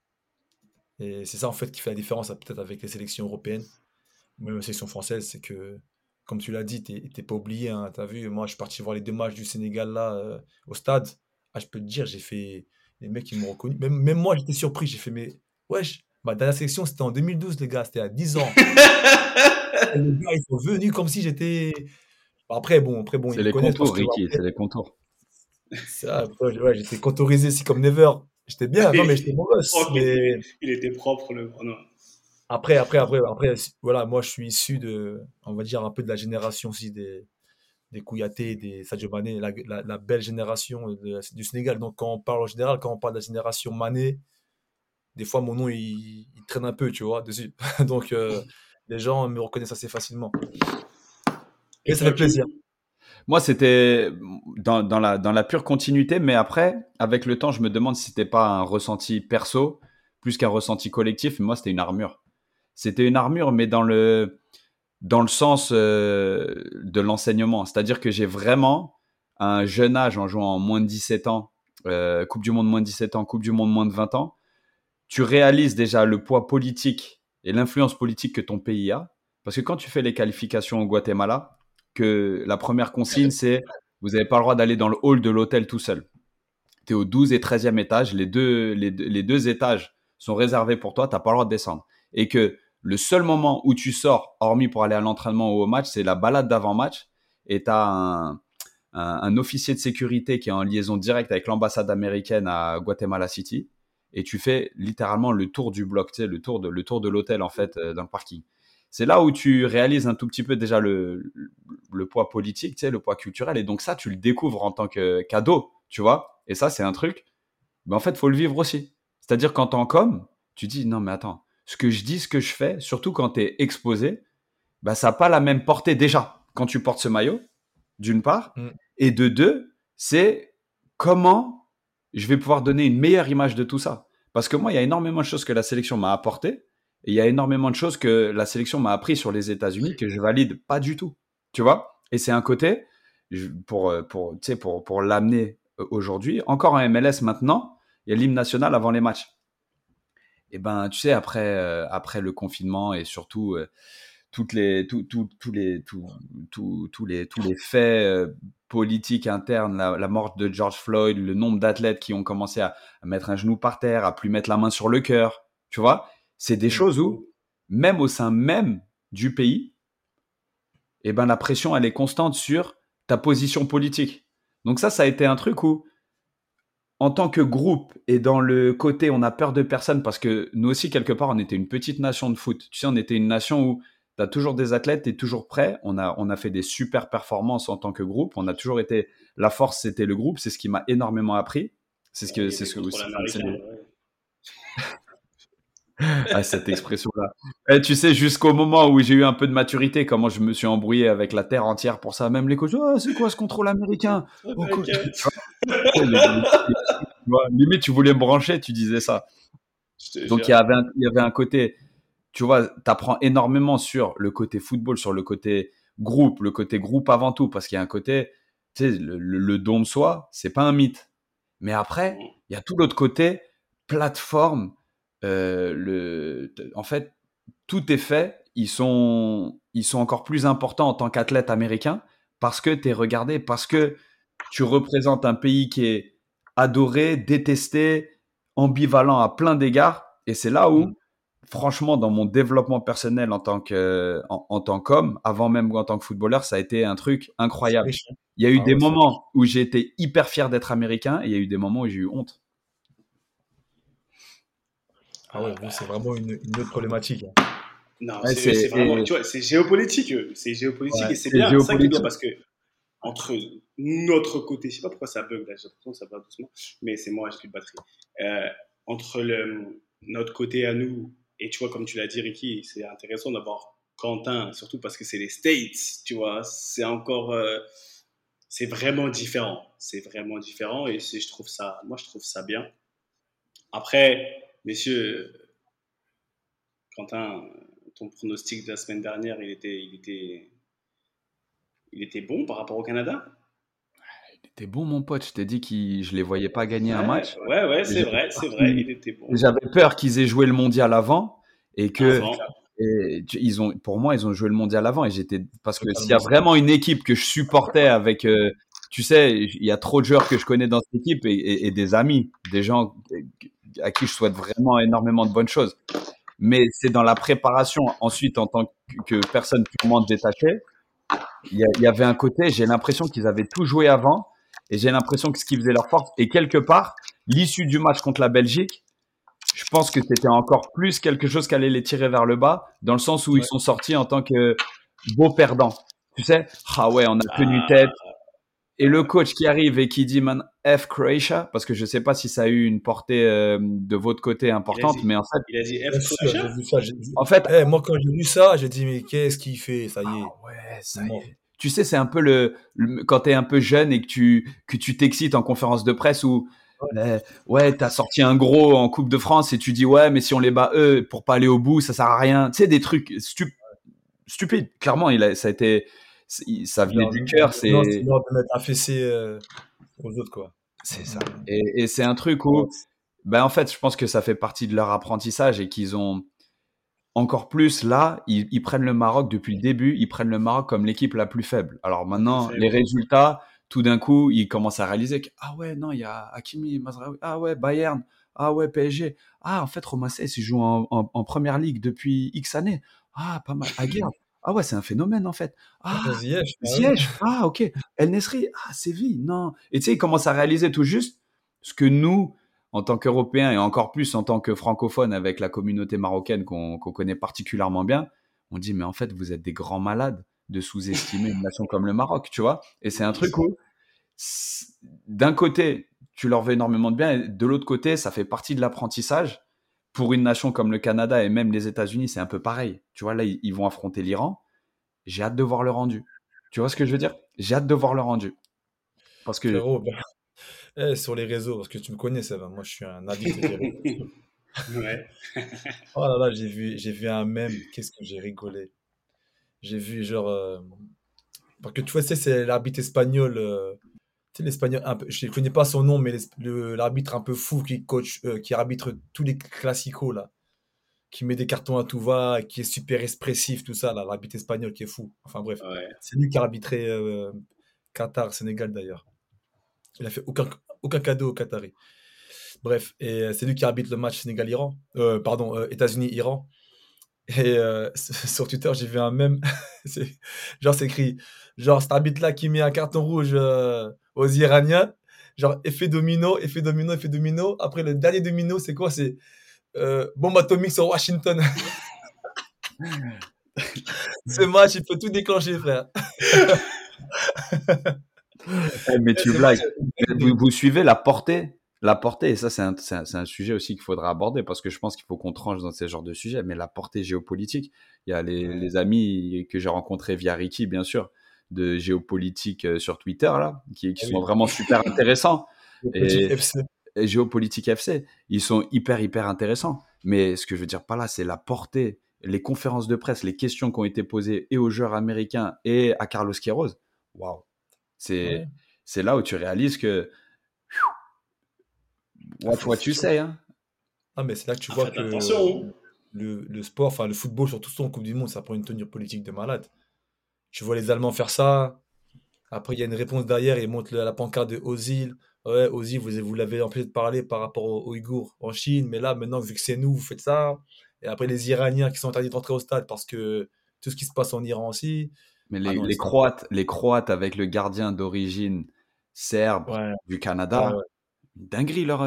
Et c'est ça en fait qui fait la différence peut-être avec les sélections européennes, même la sélection française, c'est que comme tu l'as dit, t'es pas oublié, hein. T'as vu, moi je suis parti voir les deux matchs du Sénégal là au stade. Ah, je peux te dire, j'ai fait les mecs ils m'ont reconnu. Même moi j'étais surpris, j'ai fait mais wesh, ma dernière sélection c'était en 2012 les gars, c'était à 10 ans. Et les gars ils sont venus comme si j'étais. Après bon,
C'est
ils me
les
connaissent parce
contours,
que
Ricky,
après,
c'est les contours.
ça, après, ouais, j'étais contorisé ici comme Never. J'étais bien, non mais j'étais beau gosse.
Oh,
Mais
il était propre le. Oh, non.
après, voilà, moi je suis issu on va dire un peu de la génération aussi des Kouyaté, des Sadio Mané, la belle génération du Sénégal. Donc quand on parle en général, quand on parle de la génération Mané, des fois mon nom il traîne un peu, tu vois, dessus. Donc les gens me reconnaissent assez facilement. Et
Et
ça
toi,
fait
Q?
plaisir.
Moi, c'était dans la pure continuité, mais après, avec le temps, je me demande si c'était pas un ressenti perso plus qu'un ressenti collectif. Mais moi, c'était une armure. C'était une armure, mais dans le sens de l'enseignement. C'est-à-dire que j'ai vraiment, à un jeune âge, en jouant en moins de 17 ans, Coupe du Monde moins de 17 ans, Coupe du Monde moins de 20 ans, tu réalises déjà le poids politique et l'influence politique que ton pays a. Parce que quand tu fais les qualifications au Guatemala, que la première consigne, c'est vous n'avez pas le droit d'aller dans le hall de l'hôtel tout seul. Tu es au 12 et 13e étage, les deux étages sont réservés pour toi, tu n'as pas le droit de descendre. Et que le seul moment où tu sors, hormis pour aller à l'entraînement ou au match, c'est la balade d'avant-match. Et tu as un officier de sécurité qui est en liaison directe avec l'ambassade américaine à Guatemala City. Et tu fais littéralement le tour du bloc, tu sais, le tour de l'hôtel, en fait, dans le parking. C'est là où tu réalises un tout petit peu déjà le poids politique, tu sais, le poids culturel. Et donc ça, tu le découvres en tant que cadeau, tu vois. Et ça, c'est un truc, en fait, il faut le vivre aussi. C'est-à-dire qu'en tant qu'homme, tu dis, non, mais attends, ce que je dis, ce que je fais, surtout quand tu es exposé, ça n'a pas la même portée déjà quand tu portes ce maillot, d'une part. Et de deux, c'est comment je vais pouvoir donner une meilleure image de tout ça. Parce que moi, il y a énormément de choses que la sélection m'a apportées et il y a énormément de choses que la sélection m'a appris sur les États-Unis que je valide pas du tout. Tu vois? Et c'est un côté, pour l'amener aujourd'hui, encore en MLS maintenant, il y a l'hymne national avant les matchs. Et tu sais, après le confinement et surtout tous les faits politiques internes, la mort de George Floyd, le nombre d'athlètes qui ont commencé à mettre un genou par terre, à plus mettre la main sur le cœur, tu vois, c'est des choses où, même au sein même du pays, la pression, elle est constante sur ta position politique. Donc ça a été un truc où, en tant que groupe et dans le côté on a peur de personne, parce que nous aussi, quelque part, on était une petite nation de foot. Tu sais, on était une nation où tu as toujours des athlètes, tu es toujours prêt. On a fait des super performances en tant que groupe. On a toujours été... La force, c'était le groupe. C'est ce qui m'a énormément appris. C'est ce que... cette expression-là. Et tu sais, jusqu'au moment où j'ai eu un peu de maturité, comment je me suis embrouillé avec la terre entière pour ça. Même les coachs, c'est quoi ce contrôle américain? Limite, tu voulais me brancher, tu disais ça. Donc, il y avait un côté, tu vois, tu apprends énormément sur le côté football, sur le côté groupe avant tout, parce qu'il y a un côté, tu sais, le don de soi, c'est pas un mythe. Mais après, il y a tout l'autre côté, plateforme, en fait, tout est fait, ils sont encore plus importants en tant qu'athlète américain parce que tu es regardé, parce que tu représentes un pays qui est adoré, détesté, ambivalent à plein d'égards. Et c'est là où, franchement, dans mon développement personnel en tant qu'homme, avant même en tant que footballeur, ça a été un truc incroyable. Il y a eu des moments où j'ai été hyper fier d'être américain et il y a eu des moments où j'ai eu honte.
Ah ouais, c'est vraiment une autre problématique.
Non, c'est vraiment, tu vois, c'est géopolitique. C'est géopolitique et c'est bien. C'est ça qui est bien parce que entre notre côté, je sais pas pourquoi ça bug là, j'ai l'impression que ça va doucement, mais c'est moi, j'ai plus de batterie. Entre notre côté à nous, et tu vois, comme tu l'as dit, Ricky, c'est intéressant d'avoir Quentin, surtout parce que c'est les States, tu vois, c'est encore, c'est vraiment différent. C'est vraiment différent et je trouve ça bien. Après, messieurs, Quentin, ton pronostic de la semaine dernière, il était bon par rapport au Canada?
Il était bon, mon pote. Je t'ai dit que je les voyais pas gagner un match.
Ouais, c'est vrai, il était bon.
J'avais peur qu'ils aient joué le mondial avant et que pour moi, ils ont joué le mondial avant et parce que s'il y a vraiment une équipe que je supportais avec, tu sais, il y a trop de joueurs que je connais dans cette équipe et des amis, des gens à qui je souhaite vraiment énormément de bonnes choses. Mais c'est dans la préparation. Ensuite, en tant que personne purement détachée, il y avait un côté, j'ai l'impression qu'ils avaient tout joué avant et j'ai l'impression que ce qui faisait leur force, et quelque part, l'issue du match contre la Belgique, je pense que c'était encore plus quelque chose qui allait les tirer vers le bas, dans le sens où ils sont sortis en tant que beaux perdants. Tu sais, on a tenu tête. Et le coach qui arrive et qui dit man, F Croatia, parce que je sais pas si ça a eu une portée de votre côté importante, mais en fait,
il a dit F Croatia.
En fait, moi quand j'ai lu ça, j'ai dit mais qu'est-ce qu'il fait? Ça y est.
Ouais, ça y est. Tu sais, c'est un peu quand t'es un peu jeune et que tu t'excites en conférence de presse où ouais, t'as sorti un gros en Coupe de France et tu dis ouais, mais si on les bat eux pour pas aller au bout, ça sert à rien. Tu sais, des trucs stupides. Clairement, ça venait du cœur.
C'est l'heure de mettre un fessé aux autres, quoi.
C'est ça. Et c'est un truc où, ben en fait, je pense que ça fait partie de leur apprentissage et qu'ils ont encore plus là, ils prennent le Maroc depuis le début, ils prennent le Maroc comme l'équipe la plus faible. Alors maintenant, les résultats, tout d'un coup, ils commencent à réaliser que ah ouais, non, il y a Hakimi, Mazraoui, ah ouais, Bayern, ah ouais, PSG, ah en fait, Roma 16, il joue en première ligue depuis X années. Ah, pas mal. Aguerd, ah ouais, c'est un phénomène en fait. Ah, Ziyech, ah ok. El Nesri, ah Séville, non. Et tu sais, ils commencent à réaliser tout juste ce que nous, en tant qu'Européens et encore plus en tant que francophones avec la communauté marocaine qu'on connaît particulièrement bien, on dit mais en fait vous êtes des grands malades de sous-estimer une nation comme le Maroc, tu vois. Et c'est un truc où d'un côté tu leur veux énormément de bien et de l'autre côté ça fait partie de l'apprentissage. Pour une nation comme le Canada et même les États-Unis, c'est un peu pareil. Tu vois, là, ils vont affronter l'Iran. J'ai hâte de voir le rendu. Tu vois ce que je veux dire? J'ai hâte de voir le rendu. Parce que...
Frérot, sur les réseaux, parce que tu me connais, ça va. Moi, je suis un addict des réseaux.
Ouais.
Oh là là, j'ai vu un mème. Qu'est-ce que j'ai rigolé. J'ai vu genre... Parce que tu vois, c'est l'arbitre espagnol. Tu sais, l'espagnol, je ne connais pas son nom, mais l'arbitre un peu fou qui arbitre tous les classicos, là. Qui met des cartons à tout va, qui est super expressif, tout ça, là, l'arbitre espagnol qui est fou. Enfin bref, c'est lui qui a arbitré Qatar, Sénégal d'ailleurs. Il a fait aucun cadeau aux Qataris. Bref, et c'est lui qui arbitre le match Sénégal-Iran. États-Unis-Iran. Et sur Twitter, j'ai vu un mème. c'est écrit, genre, cet arbitre-là qui met un carton rouge aux Iraniens. Genre, effet domino, effet domino, effet domino. Après, le dernier domino, c'est quoi? C'est bombe atomique sur Washington. Ce match, il peut tout déclencher, frère.
Mais tu blagues. Vous suivez la portée, et ça, c'est un sujet aussi qu'il faudra aborder parce que je pense qu'il faut qu'on tranche dans ces genres de sujets. Mais la portée géopolitique, il y a les amis que j'ai rencontrés via Ricky, bien sûr, de géopolitique sur Twitter, là, qui sont vraiment super intéressants. Et Géopolitique FC, ils sont hyper intéressants. Mais ce que je veux dire par là, c'est la portée, les conférences de presse, les questions qui ont été posées et aux joueurs américains et à Carlos Queiroz. Waouh! C'est là où tu réalises que what you say, hein.
Ah, mais c'est là que tu vois que le sport, enfin le football, surtout en Coupe du Monde, ça prend une tenue politique de malade. Tu vois les Allemands faire ça. Après, il y a une réponse derrière, ils montrent la pancarte de Ozil. Ouais, Ozil, vous l'avez empêché de parler par rapport aux Ouïghours en Chine, mais là, maintenant, vu que c'est nous, vous faites ça. Et après, les Iraniens qui sont interdits d'entrer au stade parce que tout ce qui se passe en Iran aussi.
Mais les Croates avec le gardien d'origine serbe du Canada, dinguerie leur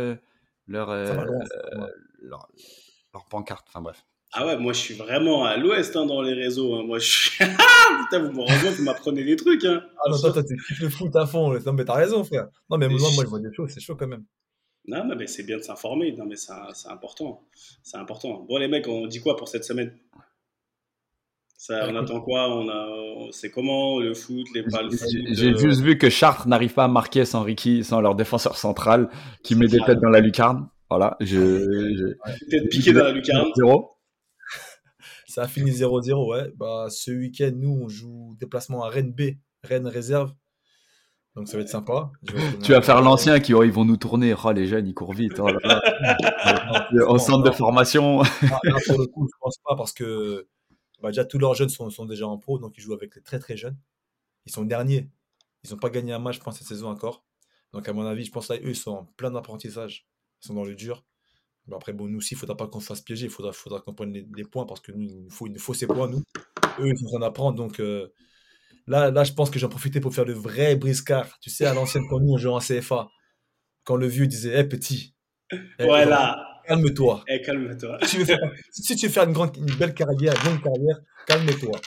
pancarte. Enfin bref.
Ah ouais, moi je suis vraiment à l'ouest dans les réseaux. Hein. Moi je suis. Putain, vous me rendez compte, vous m'apprenez des trucs. Hein.
Ah non, toi, tu kiffes le foot à fond. Non, mais t'as raison, frère. Non, mais moi, je vois des choses, c'est chaud quand même.
Non, mais c'est bien de s'informer. Non, mais c'est important. C'est important. Bon, les mecs, on dit quoi pour cette semaine? On attend quoi? C'est comment le foot, les pas le foot?
J'ai juste vu que Chartres n'arrive pas à marquer sans Ricky, sans leur défenseur central qui met des têtes dans la lucarne. Voilà,
peut-être piqué dans la lucarne.
0.
Ça a fini 0-0, ouais. Bah, ce week-end, nous, on joue déplacement à Rennes B, Rennes réserve. Donc ça va être sympa.
Tu vas faire l'ancien qui ils vont nous tourner. Oh, les jeunes, ils courent vite. Oh là là. Au centre de formation.
Là, pour le coup, je pense pas parce que déjà tous leurs jeunes sont déjà en pro, donc ils jouent avec les très très jeunes. Ils sont derniers. Ils n'ont pas gagné un match, je pense, cette saison encore. Donc à mon avis, je pense là, eux, ils sont en plein d'apprentissage. Ils sont dans le dur. Mais après, bon, nous aussi, il ne faudra pas qu'on se fasse piéger. Il faudra qu'on prenne les points parce que nous, il nous faut ces points, nous. Eux, ils sont en train d'apprendre. Donc là, je pense que j'en profitais pour faire le vrai briscard. Tu sais, à l'ancienne, quand nous, on jouait en CFA, quand le vieux disait, petit.
Voilà.
Calme-toi.
Calme-toi.
Si tu veux faire une belle carrière, une longue carrière, calme-toi.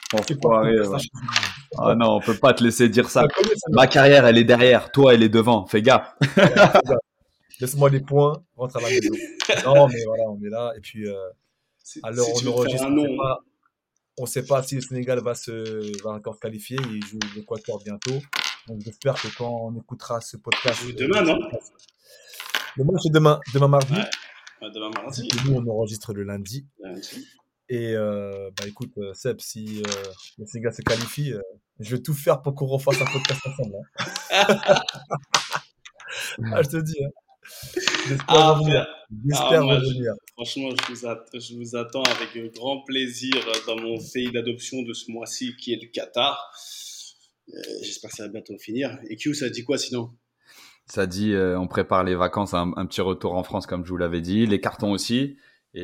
Ah non, on peut pas te laisser dire ça. Ma carrière, elle est derrière. Toi, elle est devant. Fais gaffe.
Laisse-moi les points, rentre à la maison. Non, mais voilà, on est là. Et puis, alors, on enregistre. On ne sait pas si le Sénégal va encore se qualifier. Il joue l'Équateur bientôt. Donc, j'espère que quand on écoutera ce podcast.
Demain, non?
Le match est demain mardi.
Ouais, demain mardi.
Et nous, on enregistre le lundi.
Lundi.
Et écoute, Seb, si le Sénégal se qualifie, je vais tout faire pour qu'on refasse un podcast ensemble. Hein. Je te dis. Hein. J'espère revenir.
Franchement, je vous attends avec grand plaisir dans mon pays d'adoption de ce mois-ci, qui est le Qatar. J'espère que ça va bientôt finir. Et Q, ça dit quoi sinon?
Ça dit, on prépare les vacances, un petit retour en France, comme je vous l'avais dit, les cartons aussi, et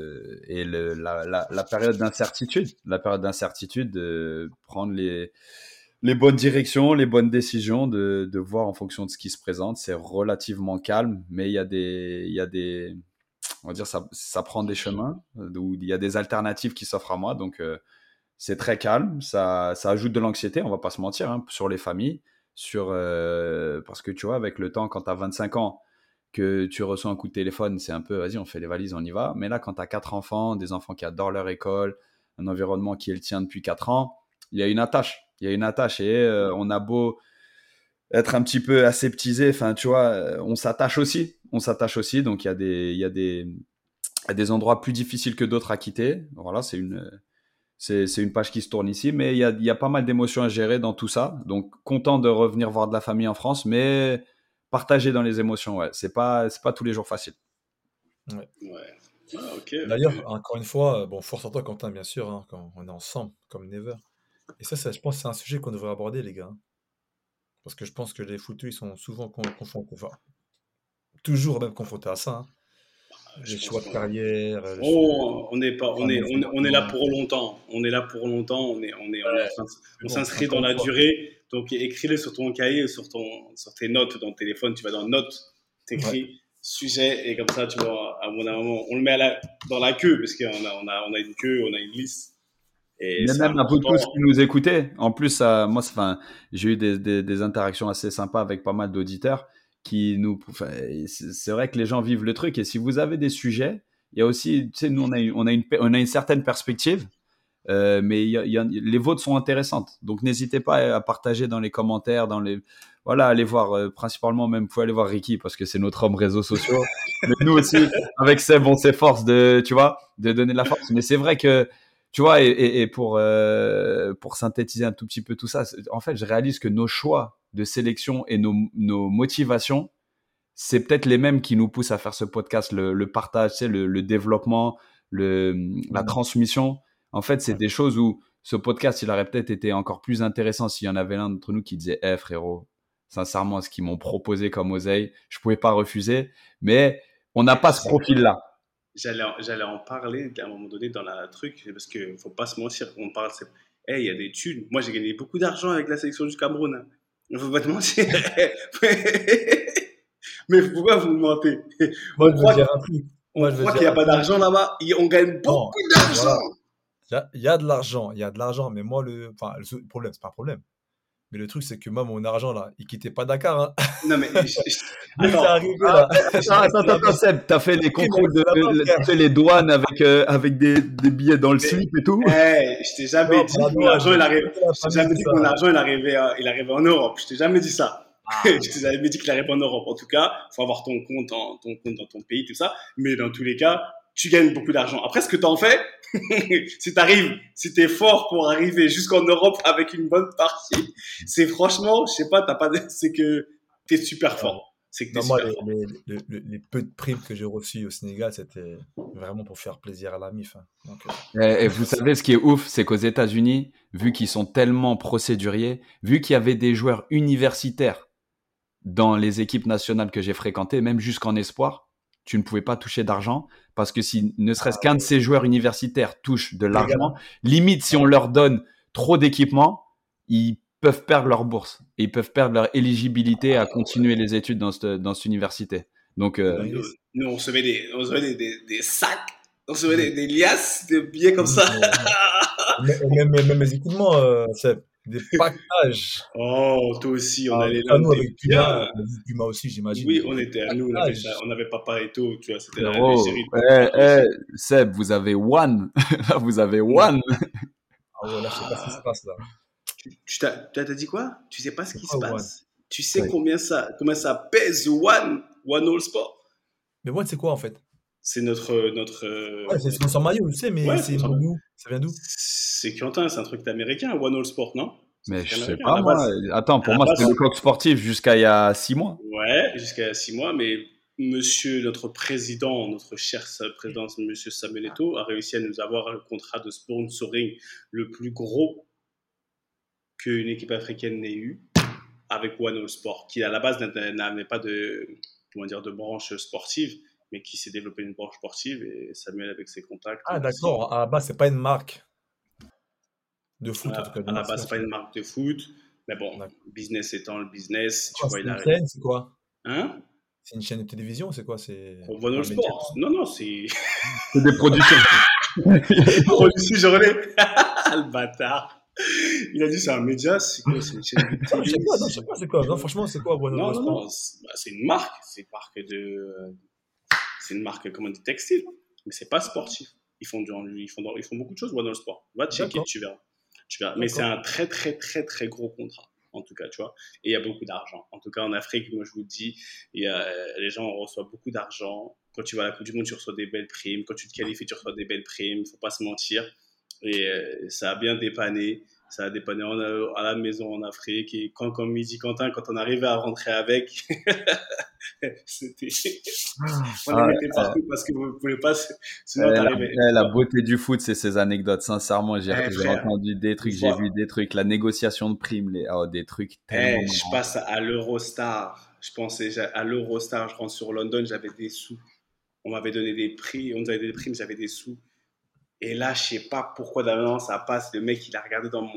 la période d'incertitude, de prendre les bonnes directions, les bonnes décisions, de voir en fonction de ce qui se présente. C'est relativement calme, mais il y a des, on va dire, ça prend des chemins où il y a des alternatives qui s'offrent à moi. Donc, c'est très calme. Ça ajoute de l'anxiété, on va pas se mentir, hein, sur les familles, parce que tu vois, avec le temps, quand tu as 25 ans, que tu reçois un coup de téléphone, c'est un peu, vas-y, on fait les valises, on y va. Mais là, quand tu as 4 enfants, des enfants qui adorent leur école, un environnement qui est le tien depuis 4 ans, il y a une attache. Et on a beau être un petit peu aseptisé, enfin, tu vois, on s'attache aussi. Donc, il y a des endroits plus difficiles que d'autres à quitter. Voilà, c'est une page qui se tourne ici, mais il y a pas mal d'émotions à gérer dans tout ça. Donc, content de revenir voir de la famille en France, mais partagé dans les émotions, ouais. C'est pas tous les jours facile.
Ouais.
Ah, okay.
D'ailleurs, encore une fois, force à toi, Quentin, bien sûr, hein, quand on est ensemble, comme never. Et ça, je pense que c'est un sujet qu'on devrait aborder, les gars. Parce que je pense que les footeux, ils sont souvent confrontés, enfin, toujours même confrontés à ça. Hein. Les choix de carrière.
On est là pour longtemps. On est là pour longtemps. On s'inscrit dans la durée. Donc, écris-le sur ton cahier, sur tes notes dans le téléphone. Tu vas dans notes, t'écris sujet, et comme ça, tu vois, à un moment, on le met dans la queue, parce qu'on a une queue, on a une liste.
Et même à vous tous qui nous écoutez. En plus, moi, j'ai eu des interactions assez sympas avec pas mal d'auditeurs c'est vrai que les gens vivent le truc. Et si vous avez des sujets, il y a aussi, tu sais, nous, on a une certaine perspective, mais les vôtres sont intéressantes. Donc, n'hésitez pas à partager dans les commentaires, allez voir, principalement même, vous pouvez aller voir Ricky parce que c'est notre homme réseaux sociaux. Mais nous aussi, avec Seb, on s'efforce de donner de la force. Mais c'est vrai que, tu vois, et pour synthétiser un tout petit peu tout ça, en fait, je réalise que nos choix de sélection et nos motivations, c'est peut-être les mêmes qui nous poussent à faire ce podcast, le partage, tu sais, le développement, la transmission. En fait, c'est des choses où ce podcast, il aurait peut-être été encore plus intéressant s'il y en avait l'un d'entre nous qui disait « frérot, sincèrement, ce qu'ils m'ont proposé comme oseille, je pouvais pas refuser. » Mais on n'a pas ce profil-là.
J'allais en parler à un moment donné dans la truc, parce qu'il ne faut pas se mentir, on parle, il y a des thunes. Moi, j'ai gagné beaucoup d'argent avec la sélection du Cameroun. Hein. Il ne faut pas te mentir. Mais pourquoi vous me mentez?
Moi, je veux dire un truc.
On croit qu'il n'y a pas d'argent là-bas. On gagne beaucoup d'argent.
Voilà. Il y a de l'argent. Mais moi, le problème, c'est pas un problème. Mais le truc, c'est que moi, mon argent, là, il quittait pas Dakar. Hein.
Non, mais...
c'est arrivé, là.
Attends, Seb, t'as fait les contrôles t'as fait les douanes avec des billets dans le slip et tout.
Je t'ai jamais dit que mon argent, il arrivait. Je t'ai jamais dit que mon argent, il arrivait en Europe. Je t'ai jamais dit ça. Je t'ai jamais dit qu'il arrivait en Europe. En tout cas, il faut avoir ton compte dans ton pays, tout ça. Mais dans tous les cas, tu gagnes beaucoup d'argent. Après, ce que t'en fais, si t'es fort pour arriver jusqu'en Europe avec une bonne partie, c'est franchement, je sais pas, c'est que t'es super fort. C'est que t'es super fort.
Les peu de primes que j'ai reçues au Sénégal, c'était vraiment pour faire plaisir à la MIF. Hein. Donc,
et vous savez, ce qui est ouf, c'est qu'aux États-Unis, vu qu'ils sont tellement procéduriers, vu qu'il y avait des joueurs universitaires dans les équipes nationales que j'ai fréquentées, même jusqu'en espoir, tu ne pouvais pas toucher d'argent parce que si ne serait-ce qu'un de ces joueurs universitaires touche de l'argent, limite si on leur donne trop d'équipements, ils peuvent perdre leur bourse et ils peuvent perdre leur éligibilité à continuer les études dans cette université. Donc,
nous, on se met des sacs, on se met des liasses, des billets comme ça.
Même les équipements, c'est des packages.
Oh, toi aussi, on allait là.
Nous, avec Puma aussi, j'imagine.
Oui, on était à nous, on avait Papa et tout, tu vois, c'était la légérie.
Seb, vous avez one. Vous avez one.
ouais, là, je sais pas ce qui se passe là.
T'as dit quoi? Tu sais pas ce qui se
Pourquoi One?
passe? Tu sais
Ouais.
combien ça pèse One All Sport?
Mais One, c'est quoi en fait?
C'est notre
Ouais, c'est sponsor maillot, je sais, mais
ouais,
c'est
c'est ça.
d'où? Ça vient d'où?
C'est Quentin, c'est un truc américain, One All Sport, non? C'est un
Mais
truc
je sais
américain.
pas,
À la
moi.
base,
Attends,
à
pour
la
moi,
base,
c'était le coq sportif jusqu'à il y a 6 mois.
ouais, jusqu'à 6 mois, mais notre président, notre cher président, monsieur Samuel Eto'o, a réussi à nous avoir un contrat de sponsoring le plus gros qu'une équipe africaine n'ait eu avec One All Sport, qui à la base n'avait pas de branche sportive, mais qui s'est développé une branche sportive, et Samuel, avec ses contacts.
Ah, d'accord. À la base, c'est pas une marque de foot, en tout cas.
À la base, c'est pas une marque de foot, mais bon,
D'accord.
business étant le business, tu vois,
C'est
il
une
a.
chaîne, c'est quoi?
Hein?
C'est une chaîne de télévision, c'est quoi? C'est
One All
un média?
Sport? Non, c'est.
C'est des productions.
Produit journée. Le bâtard. Il a dit c'est un média, c'est quoi? C'est une chaîne de
Non, je
télé.
sais pas, c'est quoi? Non, franchement, c'est quoi One
Non,
All
non,
Sport?
non. C'est une marque. C'est une marque, comment on dit, textile. Mais c'est pas sportif. Ils font beaucoup de choses, One All Sport. Va checker,
D'accord.
tu verras. Mais c'est un très, très, très, très gros contrat, en tout cas, tu vois. Et il y a beaucoup d'argent. En tout cas, en Afrique, moi, je vous le dis, les gens reçoivent beaucoup d'argent. Quand tu vas à la Coupe du Monde, tu reçois des belles primes. Quand tu te qualifies, tu reçois des belles primes. Faut pas se mentir. Et ça a bien dépanné. Ça a dépanné à la maison en Afrique. Et comme il dit Quentin, quand on arrivait à rentrer avec, c'était. On les mettait partout parce que vous ne pouvez pas. Sinon, t'arrivais.
La beauté du foot, c'est ces anecdotes. Sincèrement, j'ai
frère,
entendu des trucs, j'ai vu des trucs, la négociation de primes, des trucs tellement.
Je passe à l'Eurostar. Je pensais à l'Eurostar. Je rentre sur London, j'avais des sous. On m'avait donné des prix, on nous avait donné des primes, j'avais des sous. Et là, je sais pas pourquoi d'abord ça passe. Le mec, il a regardé dans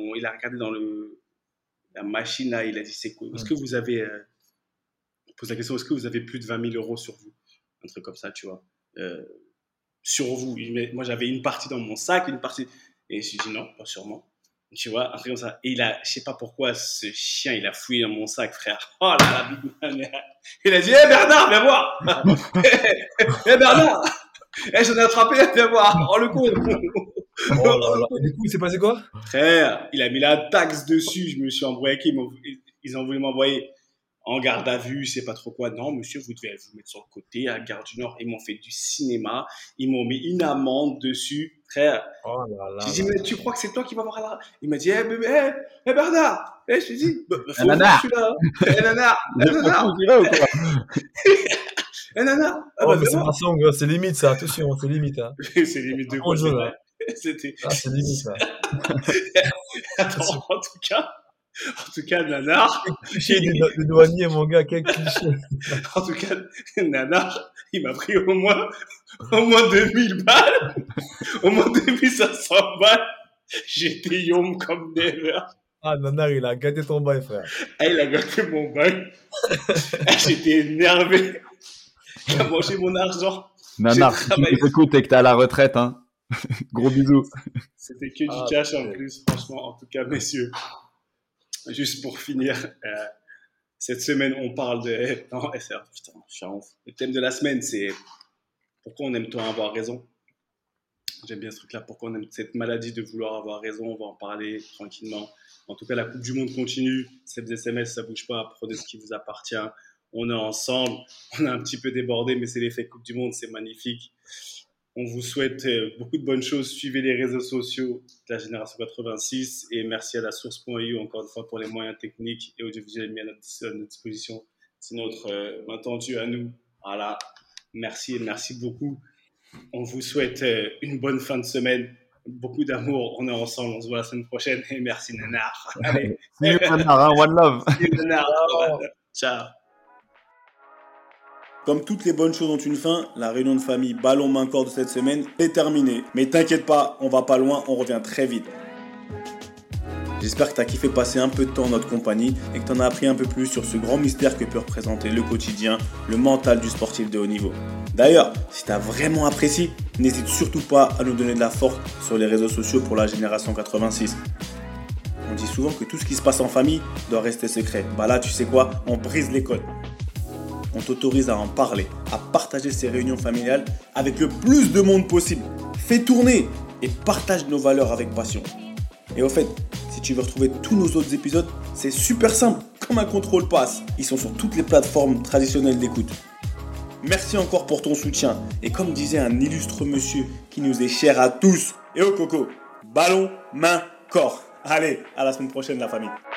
la machine là, il a dit c'est quoi? Est-ce que vous avez pose la question, est-ce que vous avez plus de 20 000 € sur vous? Un truc comme ça, tu vois. Sur vous. Moi, j'avais une partie dans mon sac, une partie. Et je lui ai dit non, pas sûrement. Tu vois, un truc comme ça. Et je sais pas pourquoi, ce chien, il a fouillé dans mon sac, frère. Oh là là, il a dit, hé Bernard, viens voir. Hé Bernard, j'en ai attrapé, viens voir. Oh le con.
Oh là là. Et du coup, il s'est passé quoi?
Frère, il a mis la taxe dessus. Je me suis embrouillé avec ils ont voulu m'envoyer en garde à vue, je sais pas trop quoi. Non, monsieur, vous devez vous mettre sur le côté, à Gare du Nord. Ils m'ont fait du cinéma. Ils m'ont mis une amende dessus. Frère,
oh là là,
j'ai dit, mais tu crois que c'est toi qui vas voir là? Il m'a dit, hé Bernard, je lui ai dit,
Nanar,
Nanar,
oh, mais c'est ma song, c'est limite ça, attention, c'est limite. Hein.
c'est limite de quoi,
jeu, là.
C'était.
Ah, c'est limite ça.
Attends, en tout cas, Nanar.
Quel cliché des douaniers, mon gars, quel cliché.
En tout cas, Nanar, il m'a pris au moins 2000 balles, au moins 2500 balles. J'étais yom comme never.
Ah, Nanar, il a gâté ton bail, frère.
Il a gâté mon bail. J'étais énervé. Il a mangé mon argent.
Nanar, si tu écoutes et que t'es à la retraite, hein. Gros bisous.
C'était que du cash en plus, franchement. En tout cas, messieurs, juste pour finir, cette semaine, on parle de. Non, putain, je suis en ouf. Le thème de la semaine, c'est pourquoi on aime tant avoir raison. J'aime bien ce truc-là. Pourquoi on aime cette maladie de vouloir avoir raison. On va en parler tranquillement. En tout cas, la Coupe du Monde continue. Ces SMS, ça bouge pas. Prenez ce qui vous appartient. On est ensemble. On a un petit peu débordé, mais c'est l'effet Coupe du Monde. C'est magnifique. On vous souhaite beaucoup de bonnes choses. Suivez les réseaux sociaux de la Génération 86 et merci à la Source.eu encore une fois pour les moyens techniques et audiovisuels mis à notre disposition. C'est notre main tendue à nous. Voilà. Merci et merci beaucoup. On vous souhaite une bonne fin de semaine. Beaucoup d'amour. On est ensemble. On se voit la semaine prochaine. Et merci Nanar. Allez.
See you, Nanar, one love.
See you, Nanar. Ciao.
Comme toutes les bonnes choses ont une fin, la réunion de famille ballon main corps de cette semaine est terminée. Mais t'inquiète pas, on va pas loin, on revient très vite. J'espère que t'as kiffé passer un peu de temps en notre compagnie et que t'en as appris un peu plus sur ce grand mystère que peut représenter le quotidien, le mental du sportif de haut niveau. D'ailleurs, si t'as vraiment apprécié, n'hésite surtout pas à nous donner de la force sur les réseaux sociaux pour la Génération 86. On dit souvent que tout ce qui se passe en famille doit rester secret. Bah là, tu sais quoi, on brise les codes. On t'autorise à en parler, à partager ces réunions familiales avec le plus de monde possible. Fais tourner et partage nos valeurs avec passion. Et au fait, si tu veux retrouver tous nos autres épisodes, c'est super simple, comme un contrôle passe. Ils sont sur toutes les plateformes traditionnelles d'écoute. Merci encore pour ton soutien. Et comme disait un illustre monsieur qui nous est cher à tous, et au coco, ballon, main, corps. Allez, à la semaine prochaine la famille.